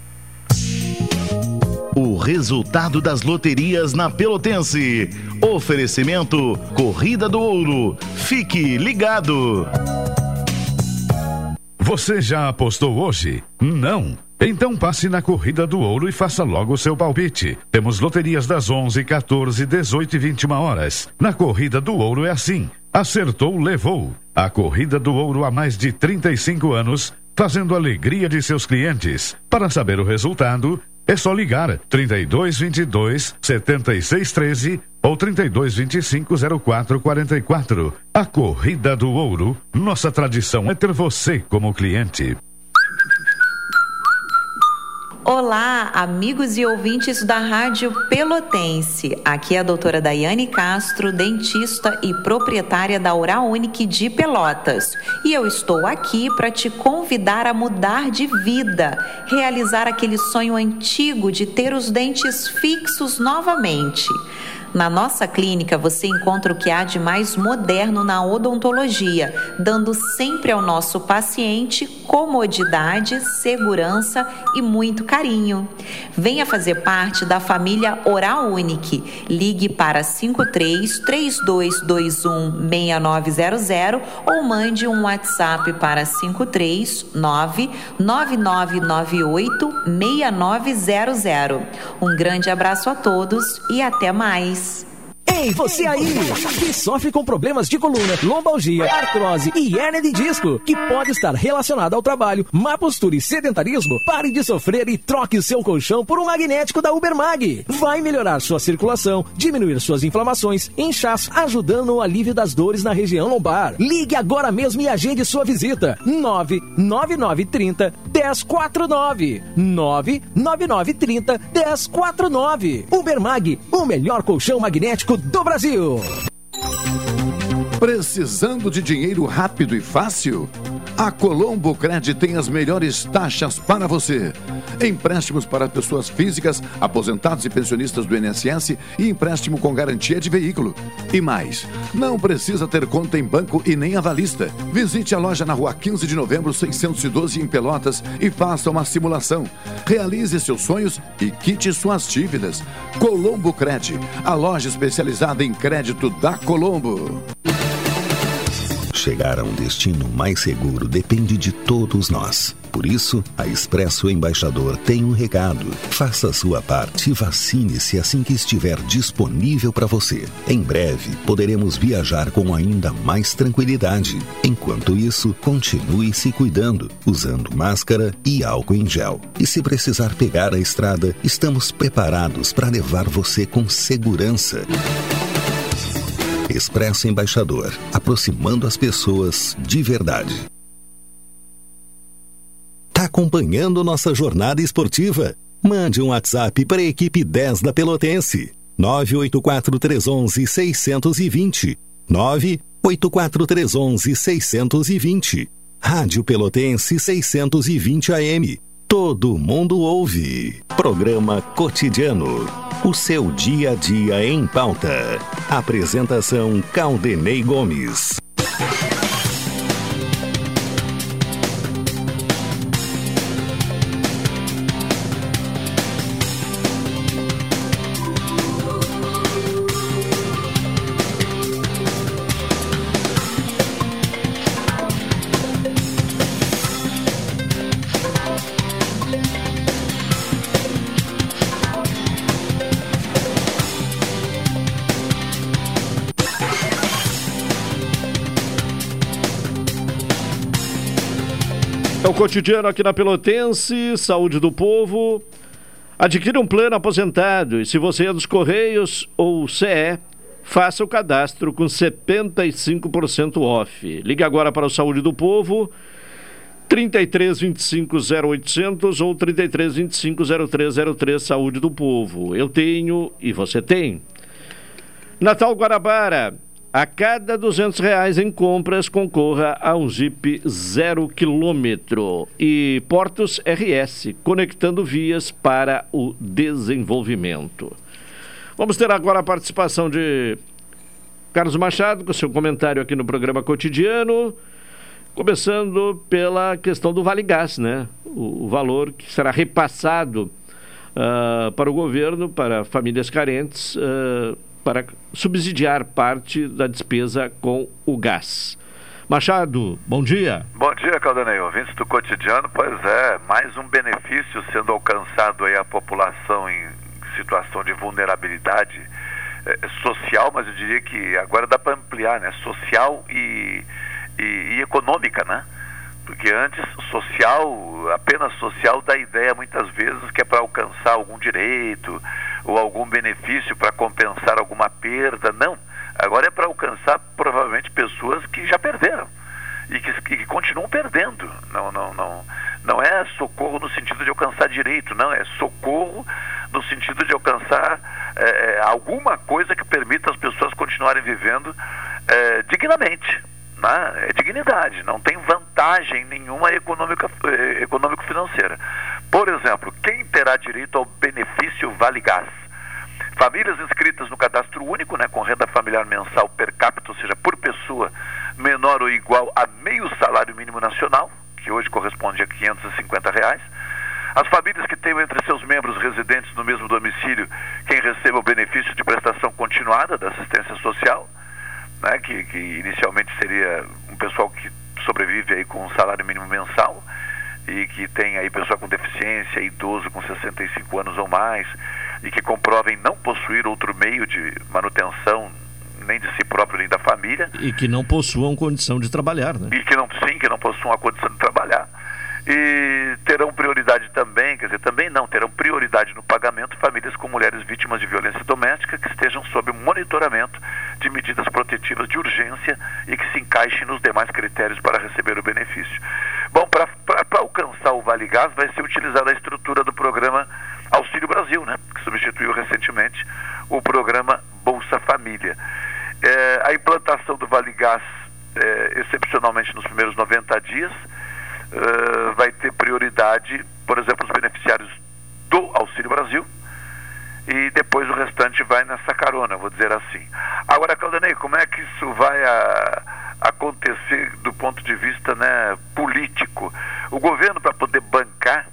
O resultado das loterias na Pelotense. Oferecimento Corrida do Ouro. Fique ligado. Você já apostou hoje? Não? Então passe na Corrida do Ouro e faça logo o seu palpite. Temos loterias das onze, quatorze, dezoito e vinte e uma horas. Na Corrida do Ouro é assim. Acertou, levou. A Corrida do Ouro há mais de trinta e cinco anos, fazendo a alegria de seus clientes. Para saber o resultado, é só ligar trinta e dois, vinte e dois, setenta e seis, treze ou trinta e dois, vinte e cinco, zero quatro quarenta e quatro. A Corrida do Ouro, nossa tradição é ter você como cliente. Olá, amigos e ouvintes da Rádio Pelotense. Aqui é a doutora Daiane Castro, dentista e proprietária da Oral Unique de Pelotas. E eu estou aqui para te convidar a mudar de vida, realizar aquele sonho antigo de ter os dentes fixos novamente. Na nossa clínica você encontra o que há de mais moderno na odontologia, dando sempre ao nosso paciente comodidade, segurança e muito carinho. Venha fazer parte da família Oral Unique. Ligue para cinco três, três dois dois um, seis nove zero zero ou mande um WhatsApp para cinco três nove, nove nove nove oito, seis nove zero zero. Um grande abraço a todos e até mais. Ei, você aí, que sofre com problemas de coluna, lombalgia, artrose e hérnia de disco, que pode estar relacionado ao trabalho, má postura e sedentarismo, pare de sofrer e troque seu colchão por um magnético da Ubermag. Vai melhorar sua circulação, diminuir suas inflamações, inchaço, ajudando no alívio das dores na região lombar. Ligue agora mesmo e agende sua visita. nove nove nove três zero, um zero quatro nove. nove nove nove três zero, um zero quatro nove. Ubermag, o melhor colchão magnético do Brasil. Precisando de dinheiro rápido e fácil? A Colombo Cred tem as melhores taxas para você. Empréstimos para pessoas físicas, aposentados e pensionistas do I N S S e empréstimo com garantia de veículo. E mais, não precisa ter conta em banco e nem avalista. Visite a loja na rua quinze de novembro, seiscentos e doze em Pelotas e faça uma simulação. Realize seus sonhos e quite suas dívidas. Colombo Cred, a loja especializada em crédito da Colombo. Chegar a um destino mais seguro depende de todos nós. Por isso, a Expresso Embaixador tem um recado. Faça a sua parte e vacine-se assim que estiver disponível para você. Em breve, poderemos viajar com ainda mais tranquilidade. Enquanto isso, continue se cuidando, usando máscara e álcool em gel. E se precisar pegar a estrada, estamos preparados para levar você com segurança. Expresso Embaixador, aproximando as pessoas de verdade. Tá acompanhando nossa jornada esportiva? Mande um WhatsApp para a equipe dez da Pelotense. nove oito quatro três um um, seis dois zero. nove oito quatro três um um, seis dois zero. Rádio Pelotense seiscentos e vinte A M. Todo mundo ouve. Programa Cotidiano. O seu dia a dia em pauta. Apresentação Caldenei Gomes. É o cotidiano aqui na Pelotense, saúde do povo. Adquira um plano aposentado e se você é dos Correios ou C E, faça o cadastro com setenta e cinco por cento off. Ligue agora para o Saúde do Povo, trinta e três, vinte e cinco, zero oitocentos ou trinta e três, vinte e cinco, zero três zero três, Saúde do Povo. Eu tenho e você tem. Natal Guarabara, a cada duzentos reais em compras concorra a um Jeep zero quilômetro. E Portos R S, conectando vias para o desenvolvimento. Vamos ter agora a participação de Carlos Machado, com seu comentário aqui no programa Cotidiano, começando pela questão do Vale Gás, né? O, o valor que será repassado uh, para o governo, para famílias carentes, uh, para subsidiar parte da despesa com o gás. Machado, bom dia. Bom dia, Caldanei, ouvintes do Cotidiano. Pois é, mais um benefício sendo alcançado aí à população em situação de vulnerabilidade eh, social, mas eu diria que agora dá para ampliar, né? Social e, e, e econômica, né? Porque antes, social, apenas social, dá ideia muitas vezes que é para alcançar algum direito ou algum benefício para compensar alguma perda. Não, agora é para alcançar provavelmente pessoas que já perderam e que, que continuam perdendo. Não, não, não, não é socorro no sentido de alcançar direito, não, é socorro no sentido de alcançar é, alguma coisa que permita as pessoas continuarem vivendo é, dignamente. É dignidade, não tem vantagem nenhuma econômica, econômico-financeira. Por exemplo, quem terá direito ao benefício Vale Gás? Famílias inscritas no cadastro único, né, com renda familiar mensal per capita, ou seja, por pessoa, menor ou igual a meio salário mínimo nacional, que hoje corresponde a quinhentos e cinquenta reais. As famílias que tenham entre seus membros residentes no mesmo domicílio quem receba o benefício de prestação continuada da assistência social, né, que, que inicialmente seria um pessoal que sobrevive aí com um salário mínimo mensal e que tem aí pessoa com deficiência, idoso com sessenta e cinco anos ou mais e que comprovem não possuir outro meio de manutenção nem de si próprio nem da família. E que não possuam condição de trabalhar, né? E que não, sim, que não possuam a condição de trabalhar. E terão prioridade também, quer dizer, também não, terão prioridade no pagamento famílias com mulheres vítimas de violência doméstica que estejam sob monitoramento de medidas protetivas de urgência e que se encaixem nos demais critérios para receber o benefício. Bom, para alcançar o Vale Gás vai ser utilizada a estrutura do programa Auxílio Brasil, né, que substituiu recentemente o programa Bolsa Família. É, a implantação do Vale Gás, é, excepcionalmente nos primeiros noventa dias, Uh, vai ter prioridade, por exemplo, os beneficiários do Auxílio Brasil e depois o restante vai nessa carona, vou dizer assim. Agora, Caldanei, como é que isso vai a, acontecer do ponto de vista, né, político? O governo, para poder bancar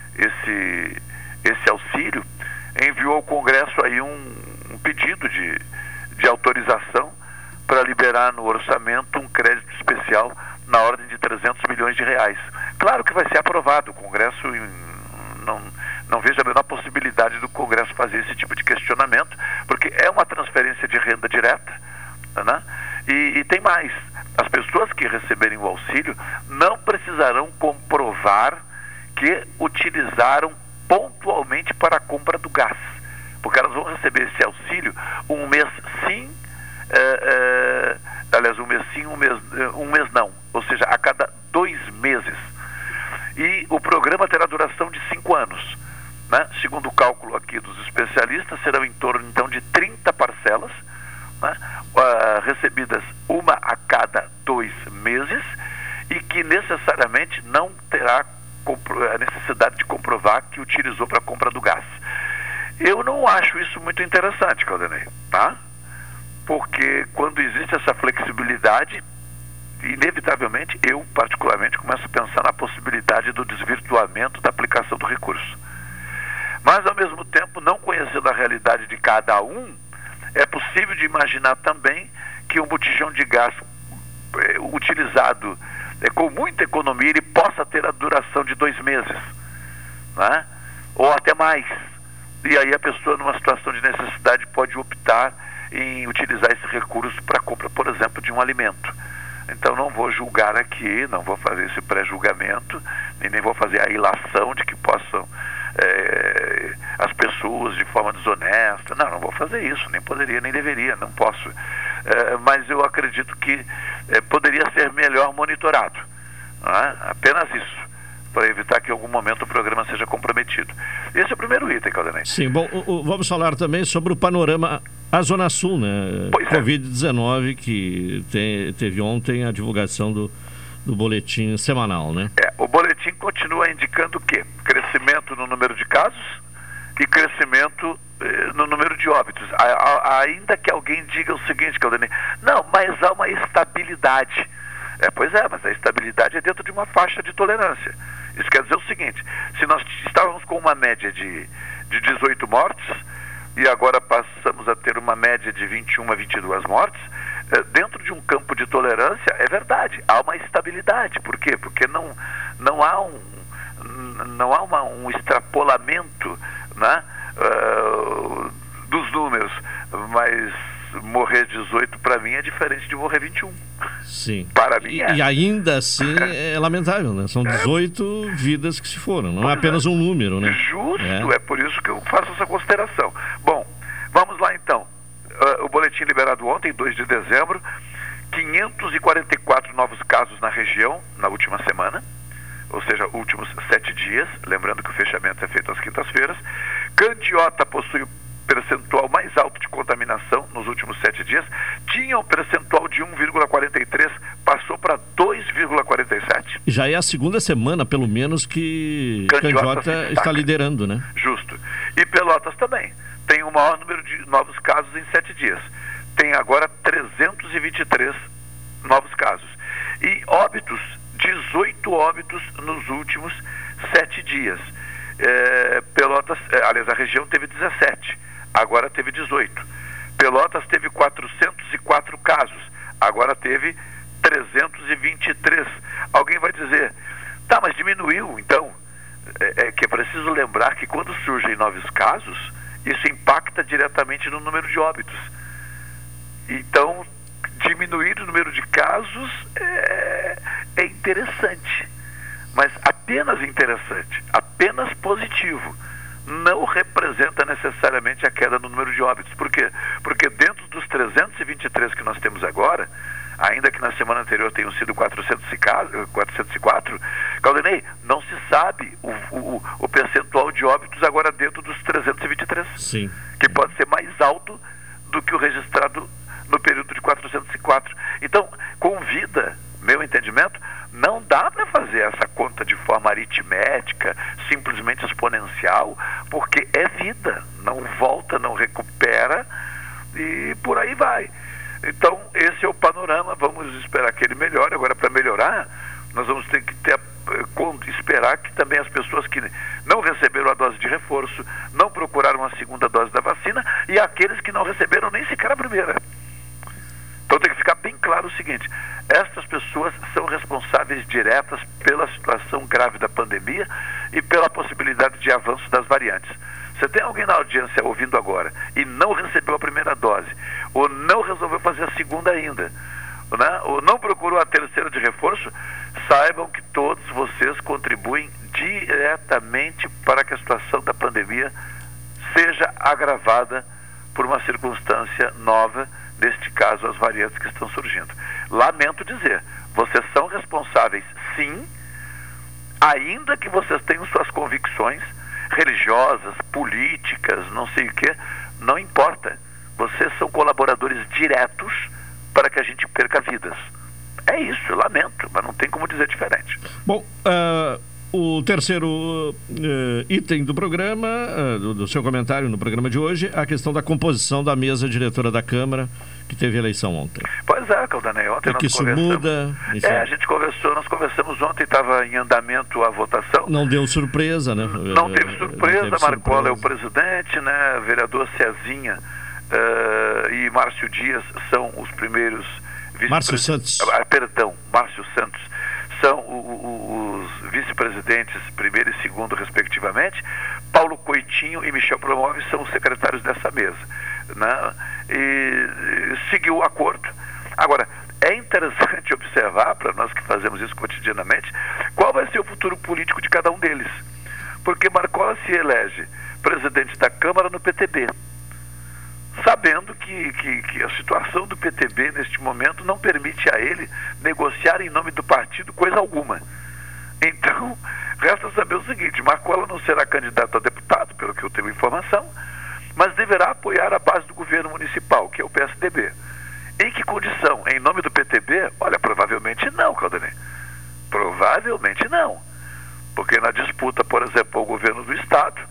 esse, esse auxílio, enviou ao Congresso aí um, um pedido de, de autorização para liberar no orçamento um crédito especial na ordem de trezentos milhões de reais. Claro que vai ser aprovado, o Congresso não, não vejo a menor possibilidade do Congresso fazer esse tipo de questionamento, porque é uma transferência de renda direta, né? E, e tem mais, as pessoas que receberem o auxílio não precisarão comprovar que utilizaram pontualmente para a compra do gás, porque elas vão receber esse auxílio um mês sim, é, é, aliás, um mês sim, um mês, um mês não, ou seja, a cada dois meses. E o programa terá duração de cinco anos, né? Segundo o cálculo aqui dos especialistas, serão em torno então de trinta parcelas, né? uh, recebidas uma a cada dois meses e que necessariamente não terá a necessidade de comprovar que utilizou para a compra do gás. Eu não acho isso muito interessante, Caldanei, tá? Porque quando existe essa flexibilidade, inevitavelmente, eu particularmente começo a pensar na possibilidade do desvirtuamento da aplicação do recurso. Mas, ao mesmo tempo, não conhecendo a realidade de cada um, é possível de imaginar também que um botijão de gás é, utilizado é, com muita economia, ele possa ter a duração de dois meses, né? Ou até mais. E aí a pessoa, numa situação de necessidade, pode optar em utilizar esse recurso para a compra, por exemplo, de um alimento. Então não vou julgar aqui, não vou fazer esse pré-julgamento, nem, nem vou fazer a ilação de que possam é, as pessoas de forma desonesta. Não, não vou fazer isso, nem poderia, nem deveria, não posso. É, mas eu acredito que é, poderia ser melhor monitorado. Não é? Apenas isso, para evitar que em algum momento o programa seja comprometido. Esse é o primeiro item, Caldanei. Sim, bom, o, o, vamos falar também sobre o panorama a Zona Sul, né? Pois é. covid dezenove, que tem, teve ontem a divulgação do, do boletim semanal, né? É, o boletim continua indicando o quê? Crescimento no número de casos e crescimento eh, no número de óbitos. A, a, ainda que alguém diga o seguinte, Caldanei, não, mas há uma estabilidade. É, pois é, mas a estabilidade é dentro de uma faixa de tolerância. Isso quer dizer o seguinte, se nós estávamos com uma média de, de dezoito mortes e agora passamos a ter uma média de vinte e uma a vinte e duas mortes, é, dentro de um campo de tolerância, é verdade, há uma estabilidade. Por quê? Porque não, não há um, não há uma, um extrapolamento, né, uh, dos números, mas morrer dezoito para mim é diferente de morrer vinte e um. Sim. Para mim e, é. e ainda assim é lamentável, né? São dezoito é. vidas que se foram, não é apenas um número, né? Justo, é. é por isso que eu faço essa consideração. Bom, vamos lá então. Uh, o boletim liberado ontem, dois de dezembro, quinhentos e quarenta e quatro novos casos na região na última semana, ou seja, últimos sete dias, lembrando que o fechamento é feito às quintas-feiras. Candiota possui o percentual mais alto de contaminação nos últimos sete dias, tinha um percentual de um vírgula quarenta e três, passou para dois vírgula quarenta e sete. Já é a segunda semana, pelo menos, que Candiota, Candiota está liderando, né? Justo. E Pelotas também. Tem o maior número de novos casos em sete dias. Tem agora trezentos e vinte e três novos casos. E óbitos, dezoito óbitos nos últimos sete dias. É, Pelotas, é, aliás, a região teve dezessete. Agora teve dezoito. Pelotas teve quatrocentos e quatro casos, agora teve trezentos e vinte e três. Alguém vai dizer, tá, mas diminuiu, então. É, é que é preciso lembrar que quando surgem novos casos, isso impacta diretamente no número de óbitos. Então, diminuir o número de casos é, é interessante, mas apenas interessante, apenas positivo. Não representa necessariamente a queda no número de óbitos. Por quê? Porque dentro dos trezentos e vinte e três que nós temos agora, ainda que na semana anterior tenham sido quatrocentos e quatro, Caldanei, não se sabe o, o, o percentual de óbitos agora dentro dos trezentos e vinte e três. Sim. Que pode ser mais alto do que o registrado no período de quatrocentos e quatro. Então, com vida, meu entendimento, não dá para fazer essa conta de forma aritmética, simplesmente exponencial, porque é vida, não volta, não recupera e por aí vai. Então, esse é o panorama, vamos esperar que ele melhore. Agora, para melhorar, nós vamos ter que ter, esperar que também as pessoas que não receberam a dose de reforço, não procuraram a segunda dose da vacina, e aqueles que não receberam nem sequer a primeira. Então tem que ficar bem claro o seguinte, estas pessoas são responsáveis diretas pela situação grave da pandemia e pela possibilidade de avanço das variantes. Você tem alguém na audiência ouvindo agora e não recebeu a primeira dose, ou não resolveu fazer a segunda ainda, né? Ou não procurou a terceira de reforço, saibam que todos vocês contribuem diretamente para que a situação da pandemia seja agravada por uma circunstância nova, neste caso as variantes que estão surgindo. Lamento dizer, vocês são responsáveis sim, ainda que vocês tenham suas convicções religiosas, políticas, não sei o que, não importa. Vocês são colaboradores diretos para que a gente perca vidas. É isso, eu lamento, mas não tem como dizer diferente. Bom, uh, o terceiro uh, item do programa, uh, do, do seu comentário no programa de hoje, a questão da composição da mesa diretora da Câmara, que teve eleição ontem. Pois é, Caldanei, ontem e nós que isso conversamos. muda. Isso é, a gente conversou, nós conversamos ontem, estava em andamento a votação. Não deu surpresa, né? Não teve surpresa, Não teve Marcola surpresa. é o presidente, né? Vereador Cezinha uh, e Márcio Dias são os primeiros Márcio Santos. Ah, perdão, Márcio Santos. São o, o, os vice-presidentes, primeiro e segundo, respectivamente. Paulo Coitinho e Michel Promove são os secretários dessa mesa, né? E, e seguiu o acordo. Agora, é interessante observar, para nós que fazemos isso cotidianamente, qual vai ser o futuro político de cada um deles. Porque Marcola se elege presidente da Câmara no P T B, sabendo que, que, que a situação do P T B neste momento não permite a ele negociar em nome do partido coisa alguma. Então, resta saber o seguinte: Marcola não será candidato a deputado, pelo que eu tenho informação, mas deverá apoiar a base do governo municipal, que é o P S D B. Em que condição? Em nome do P T B? Olha, provavelmente não, Caldanei. Provavelmente não. Porque na disputa, por exemplo, o governo do Estado,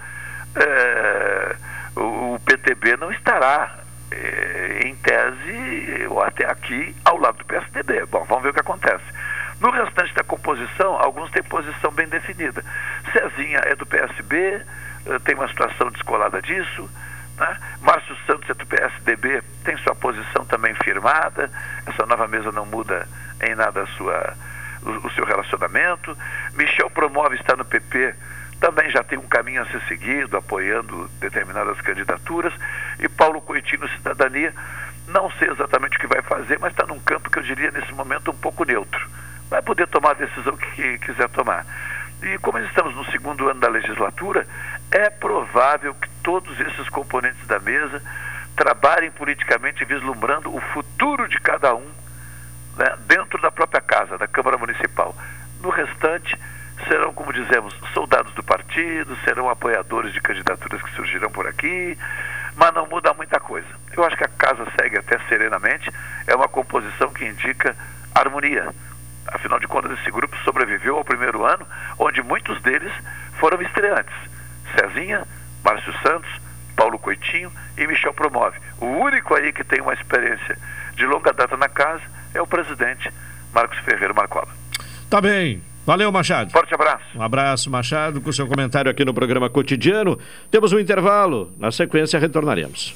é, o, o P T B não estará, é, em tese, ou até aqui, ao lado do P S D B. Bom, vamos ver o que acontece. No restante da composição, alguns têm posição bem definida. Cezinha é do P S B, tem uma situação descolada disso. Né? Márcio Santos é do P S D B, tem sua posição também firmada. Essa nova mesa não muda em nada a sua, o, o seu relacionamento. Michel Promove está no P P, também já tem um caminho a ser seguido, apoiando determinadas candidaturas. E Paulo Coitino, Cidadania, não sei exatamente o que vai fazer, mas está num campo que eu diria nesse momento um pouco neutro. Vai poder tomar a decisão que, que quiser tomar. E como estamos no segundo ano da legislatura, é provável que todos esses componentes da mesa trabalhem politicamente vislumbrando o futuro de cada um, né, dentro da própria casa, da Câmara Municipal. No restante, serão, como dizemos, soldados do partido, serão apoiadores de candidaturas que surgirão por aqui, mas não muda muita coisa. Eu acho que a casa segue até serenamente, é uma composição que indica harmonia. Afinal de contas, esse grupo sobreviveu ao primeiro ano, onde muitos deles foram estreantes. Cezinha, Márcio Santos, Paulo Coitinho e Michel Promove. O único aí que tem uma experiência de longa data na casa é o presidente Marcos Ferreira Marcola. Tá bem. Valeu, Machado. Forte abraço. Um abraço, Machado, com seu comentário aqui no programa Cotidiano. Temos um intervalo. Na sequência, retornaremos.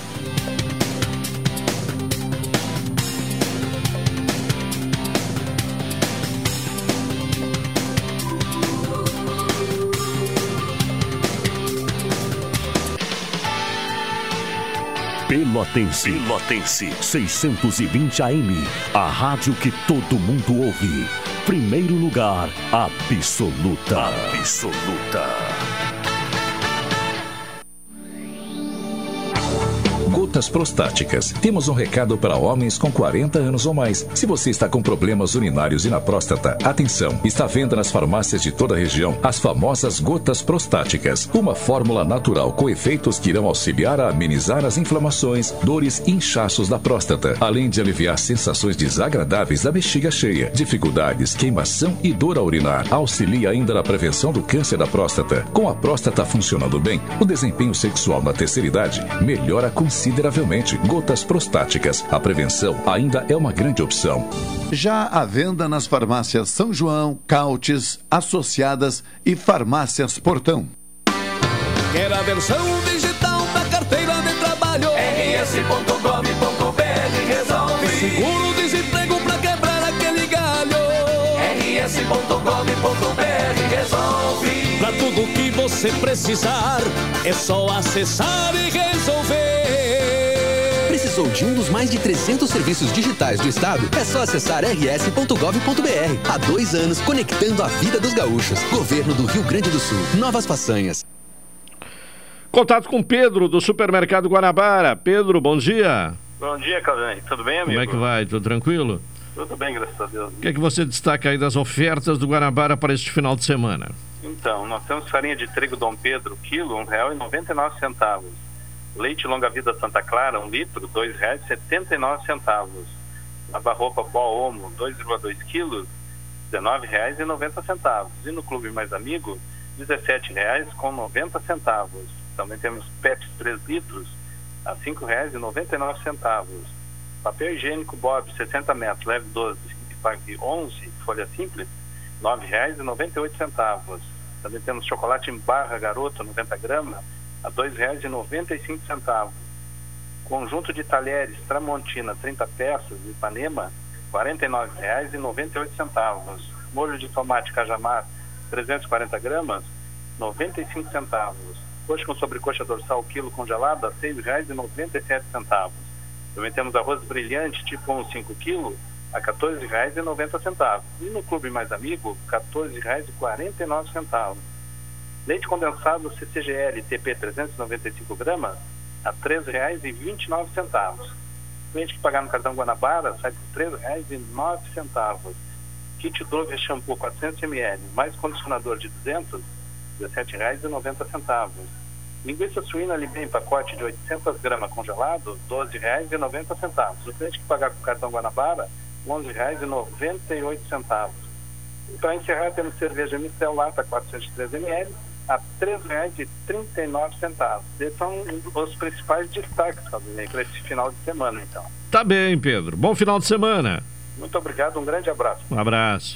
Pelotense. Pelotense. seiscentos e vinte A M. A rádio que todo mundo ouve. Primeiro lugar, absoluta. Absoluta. Gotas prostáticas. Temos um recado para homens com quarenta anos ou mais. Se você está com problemas urinários e na próstata, atenção, está à venda nas farmácias de toda a região as famosas gotas prostáticas. Uma fórmula natural com efeitos que irão auxiliar a amenizar as inflamações, dores e inchaços da próstata, além de aliviar sensações desagradáveis da bexiga cheia, dificuldades, queimação e dor ao urinar. Auxilia ainda na prevenção do câncer da próstata. Com a próstata funcionando bem, o desempenho sexual na terceira idade melhora consideravelmente. Gotas prostáticas. A prevenção ainda é uma grande opção. Já à venda nas farmácias São João, Cautes, Associadas e Farmácias Portão. Quer a versão digital da carteira de trabalho? R S ponto gov ponto br resolve. Seguro-desemprego pra quebrar aquele galho. R S ponto gov ponto br resolve. Pra tudo que você precisar, é só acessar e resolver. Precisou de um dos mais de trezentos serviços digitais do Estado? É só acessar r s ponto gov ponto br. Há dois anos, conectando a vida dos gaúchos. Governo do Rio Grande do Sul. Novas façanhas. Contato com Pedro, do Supermercado Guanabara. Pedro, bom dia. Bom dia, Caldanei. Tudo bem, amigo? Como é que vai? Tudo tranquilo? Tudo bem, graças a Deus. O que é que você destaca aí das ofertas do Guanabara para este final de semana? Então, nós temos farinha de trigo Dom Pedro, quilo, um real e noventa e nove centavos. Leite Longa Vida Santa Clara, um litro, dois reais e setenta e nove centavos. Lava-roupa Pó Omo, dois vírgula dois quilos, dezenove reais e noventa centavos. E no Clube Mais Amigo, dezessete reais com noventa centavos. Também temos Pepsi três litros, a cinco reais e noventa e nove centavos. Papel higiênico Bob, sessenta metros, leve doze e pague onze, folha simples, nove reais e noventa e oito centavos. Também temos chocolate em barra Garoto, noventa gramas, a dois reais e noventa e cinco centavos. Conjunto de talheres Tramontina, trinta peças, Ipanema, quarenta e nove reais e noventa e oito centavos. Molho de tomate Cajamar, trezentos e quarenta gramas, noventa e cinco centavos. Coxa com sobrecoxa dorsal, quilo congelada, seis reais e noventa e sete centavos. Também temos arroz brilhante, tipo um, cinco quilos, a quatorze reais e noventa centavos. E no Clube Mais Amigo, quatorze reais e quarenta e nove centavos. Leite condensado C C G L T P trezentos e noventa e cinco gramas a treze reais e vinte e nove centavos. Cliente que pagar no cartão Guanabara sai por três reais e nove centavos. Kit Dove shampoo quatrocentos mililitros mais condicionador de duzentos, dezessete reais e noventa centavos. Linguiça suína Libem pacote de oitocentas gramas congelado, doze reais e noventa centavos. O cliente que pagar com o cartão Guanabara, onze reais e noventa e oito centavos. E para encerrar, temos cerveja Mistel Lata quatrocentos e treze mililitros a três reais e trinta e nove centavos. Esses são os principais destaques, Claudinei, para esse final de semana, então. Tá bem, Pedro. Bom final de semana. Muito obrigado, um grande abraço. Um abraço.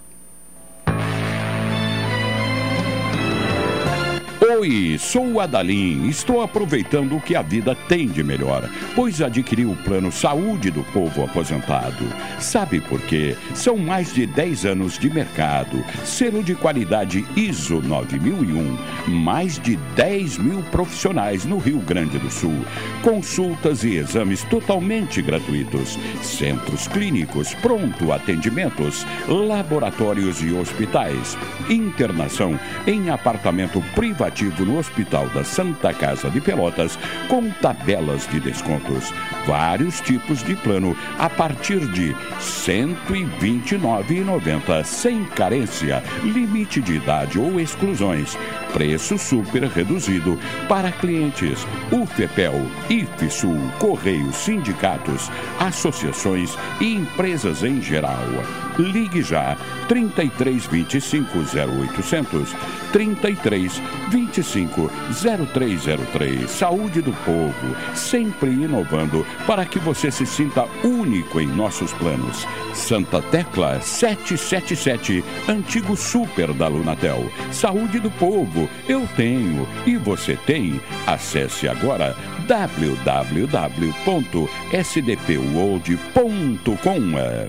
Oi, sou o Adalim. Estou aproveitando o que a vida tem de melhor, pois adquiri o plano Saúde do Povo Aposentado. Sabe por quê? São mais de dez anos de mercado, selo de qualidade I S O nove mil e um, mais de dez mil profissionais no Rio Grande do Sul, consultas e exames totalmente gratuitos, centros clínicos, pronto atendimentos, laboratórios e hospitais, internação em apartamento privativo no Hospital da Santa Casa de Pelotas, com tabelas de descontos. Vários tipos de plano a partir de cento e vinte e nove reais e noventa centavos, sem carência, limite de idade ou exclusões. Preço super reduzido para clientes UFEPEL, IFSUL, Correios, sindicatos, associações e empresas em geral. Ligue já trinta e três, vinte e cinco, zero oitocentos, trinta e três, vinte e cinco, zero três zero três. Saúde do Povo, sempre inovando para que você se sinta único em nossos planos. Santa Tecla setecentos e setenta e sete, antigo super da Lunatel. Saúde do Povo, eu tenho e você tem. Acesse agora w w w ponto s d p world ponto com.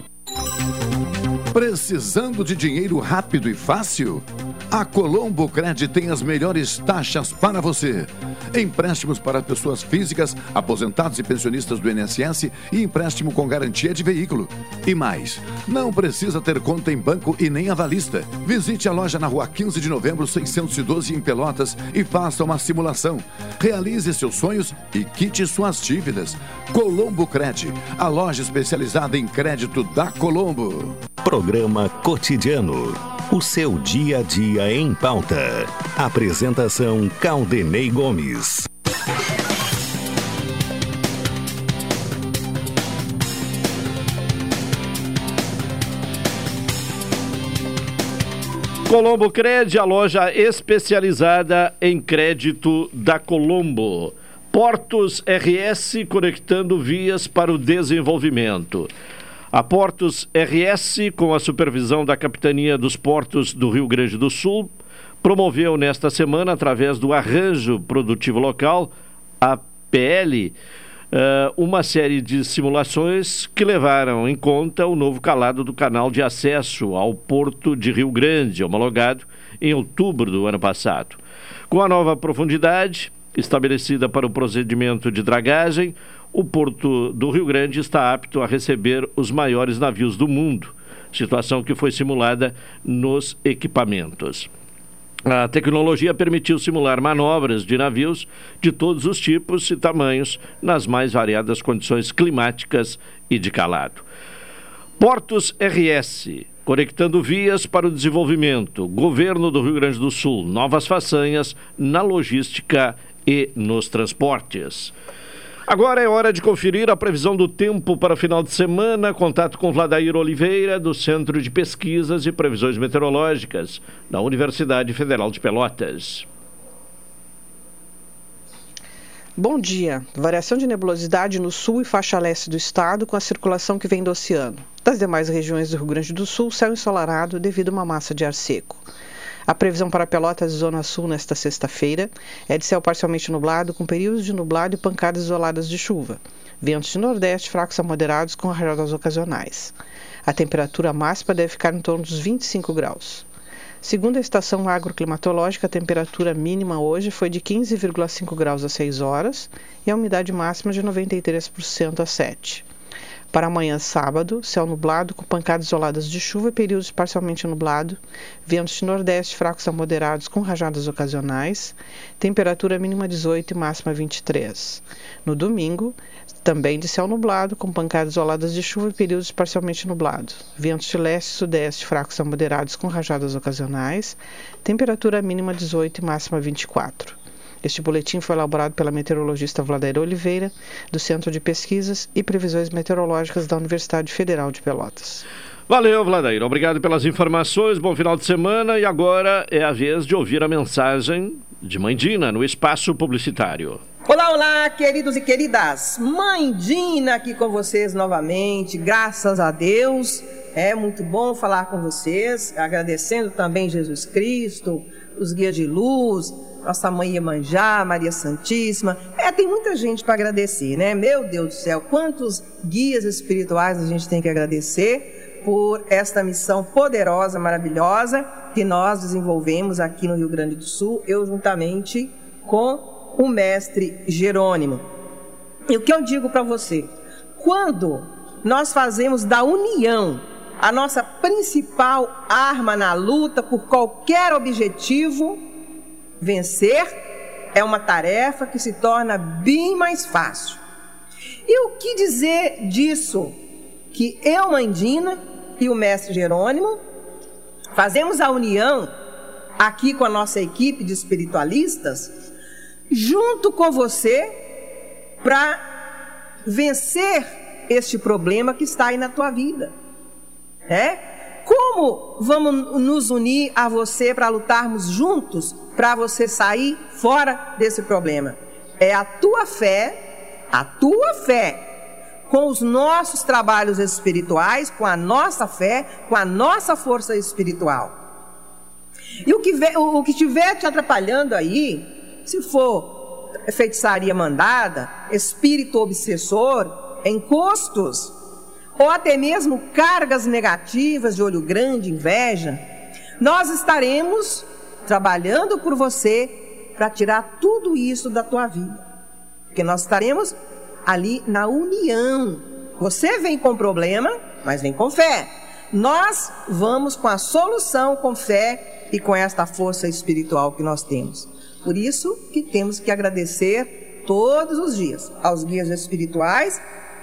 Precisando de dinheiro rápido e fácil? A Colombo Cred tem as melhores taxas para você. Empréstimos para pessoas físicas, aposentados e pensionistas do I N S S e empréstimo com garantia de veículo. E mais, não precisa ter conta em banco e nem avalista. Visite a loja na rua quinze de novembro, seiscentos e doze em Pelotas e faça uma simulação. Realize seus sonhos e quite suas dívidas. Colombo Cred, a loja especializada em crédito da Colombo. Programa Cotidiano. O seu dia a dia em pauta. Apresentação Caldenei Gomes. Colombo Cred, a loja especializada em crédito da Colombo. Portos R S, conectando vias para o desenvolvimento. A Portos R S, com a supervisão da Capitania dos Portos do Rio Grande do Sul, promoveu nesta semana, através do Arranjo Produtivo Local, a P L, uma série de simulações que levaram em conta o novo calado do canal de acesso ao Porto de Rio Grande, homologado em outubro do ano passado. Com a nova profundidade estabelecida para o procedimento de dragagem, o Porto do Rio Grande está apto a receber os maiores navios do mundo, situação que foi simulada nos equipamentos. A tecnologia permitiu simular manobras de navios de todos os tipos e tamanhos nas mais variadas condições climáticas e de calado. Portos R S, conectando vias para o desenvolvimento. Governo do Rio Grande do Sul, novas façanhas na logística e nos transportes. Agora é hora de conferir a previsão do tempo para o final de semana. Contato com Vladair Oliveira, do Centro de Pesquisas e Previsões Meteorológicas, da Universidade Federal de Pelotas. Bom dia. Variação de nebulosidade no sul e faixa leste do estado, com a circulação que vem do oceano. Das demais regiões do Rio Grande do Sul, céu ensolarado devido a uma massa de ar seco. A previsão para Pelotas e Zona Sul nesta sexta-feira é de céu parcialmente nublado, com períodos de nublado e pancadas isoladas de chuva. Ventos de nordeste fracos a moderados com rajadas ocasionais. A temperatura máxima deve ficar em torno dos vinte e cinco graus. Segundo a estação agroclimatológica, a temperatura mínima hoje foi de quinze vírgula cinco graus às seis horas e a umidade máxima de noventa e três por cento às sete. Para amanhã, sábado, céu nublado, com pancadas isoladas de chuva e períodos parcialmente nublado, ventos de nordeste fracos a moderados com rajadas ocasionais, temperatura mínima dezoito e máxima vinte e três. No domingo, também de céu nublado, com pancadas isoladas de chuva e períodos parcialmente nublado, ventos de leste e sudeste fracos a moderados com rajadas ocasionais, temperatura mínima dezoito e máxima vinte e quatro. Este boletim foi elaborado pela meteorologista Vladair Oliveira, do Centro de Pesquisas e Previsões Meteorológicas da Universidade Federal de Pelotas. Valeu, Vladair. Obrigado pelas informações. Bom final de semana. E agora é a vez de ouvir a mensagem de Mãe Dina no espaço publicitário. Olá, olá, queridos e queridas. Mãe Dina aqui com vocês novamente. Graças a Deus. É muito bom falar com vocês. Agradecendo também Jesus Cristo, os guias de luz, nossa mãe Iemanjá, Maria Santíssima. É, tem muita gente para agradecer, né? Meu Deus do céu, quantos guias espirituais a gente tem que agradecer por esta missão poderosa, maravilhosa, que nós desenvolvemos aqui no Rio Grande do Sul, eu juntamente com o mestre Jerônimo. E o que eu digo para você? Quando nós fazemos da união a nossa principal arma na luta por qualquer objetivo, vencer é uma tarefa que se torna bem mais fácil. E o que dizer disso? Que eu, Mãe Dina, e o mestre Jerônimo fazemos a união aqui com a nossa equipe de espiritualistas, junto com você, para vencer este problema que está aí na tua vida. É? Como vamos nos unir a você para lutarmos juntos para você sair fora desse problema? É a tua fé, a tua fé, com os nossos trabalhos espirituais, com a nossa fé, com a nossa força espiritual. E o que, o que estiver te atrapalhando aí, se for feitiçaria mandada, espírito obsessor, encostos, ou até mesmo cargas negativas de olho grande, inveja, nós estaremos trabalhando por você para tirar tudo isso da tua vida. Porque nós estaremos ali na união. Você vem com problema, mas vem com fé. Nós vamos com a solução com fé e com esta força espiritual que nós temos. Por isso que temos que agradecer todos os dias aos guias espirituais,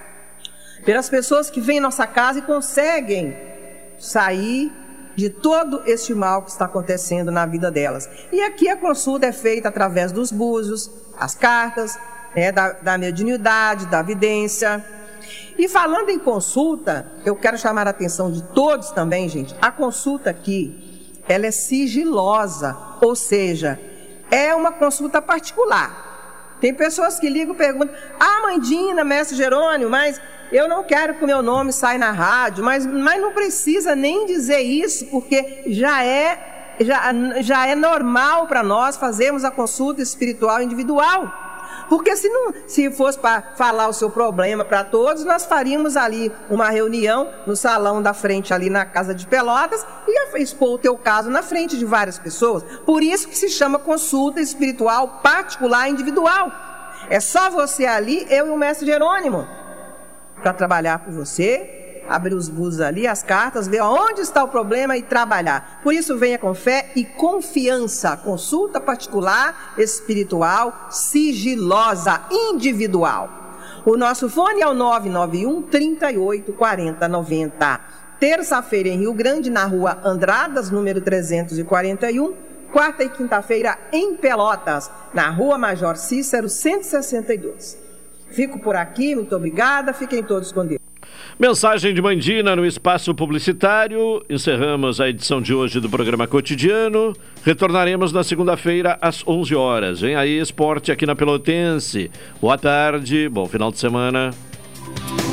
pelas pessoas que vêm em nossa casa e conseguem sair de todo este mal que está acontecendo na vida delas. E aqui a consulta é feita através dos búzios, as cartas, né, da, da mediunidade, da vidência. E falando em consulta, eu quero chamar a atenção de todos também, gente. A consulta aqui, ela é sigilosa, ou seja, é uma consulta particular. Tem pessoas que ligam e perguntam: ah, Mãe Dina, mestre Jerônimo, mas eu não quero que o meu nome saia na rádio, mas, mas não precisa nem dizer isso, porque já é, já, já é normal para nós fazermos a consulta espiritual individual. Porque se, não, se fosse para falar o seu problema para todos, nós faríamos ali uma reunião no salão da frente ali na Casa de Pelotas e ia expor o teu caso na frente de várias pessoas. Por isso que se chama consulta espiritual particular individual. É só você ali, eu e o mestre Jerônimo, para trabalhar por você, abrir os búzios ali, as cartas, ver onde está o problema e trabalhar. Por isso venha com fé e confiança. Consulta particular, espiritual, sigilosa, individual. O nosso fone é o nove nove um, trinta e oito, quarenta, noventa. Terça-feira em Rio Grande, na rua Andradas, número trezentos e quarenta e um. Quarta e quinta-feira em Pelotas, na rua Major Cícero, cento e sessenta e dois. Fico por aqui, muito obrigada, fiquem todos com Deus. Mensagem de Mãe Dina no espaço publicitário. Encerramos a edição de hoje do programa Cotidiano. Retornaremos na segunda-feira às onze horas. Vem aí esporte aqui na Pelotense. Boa tarde, bom final de semana.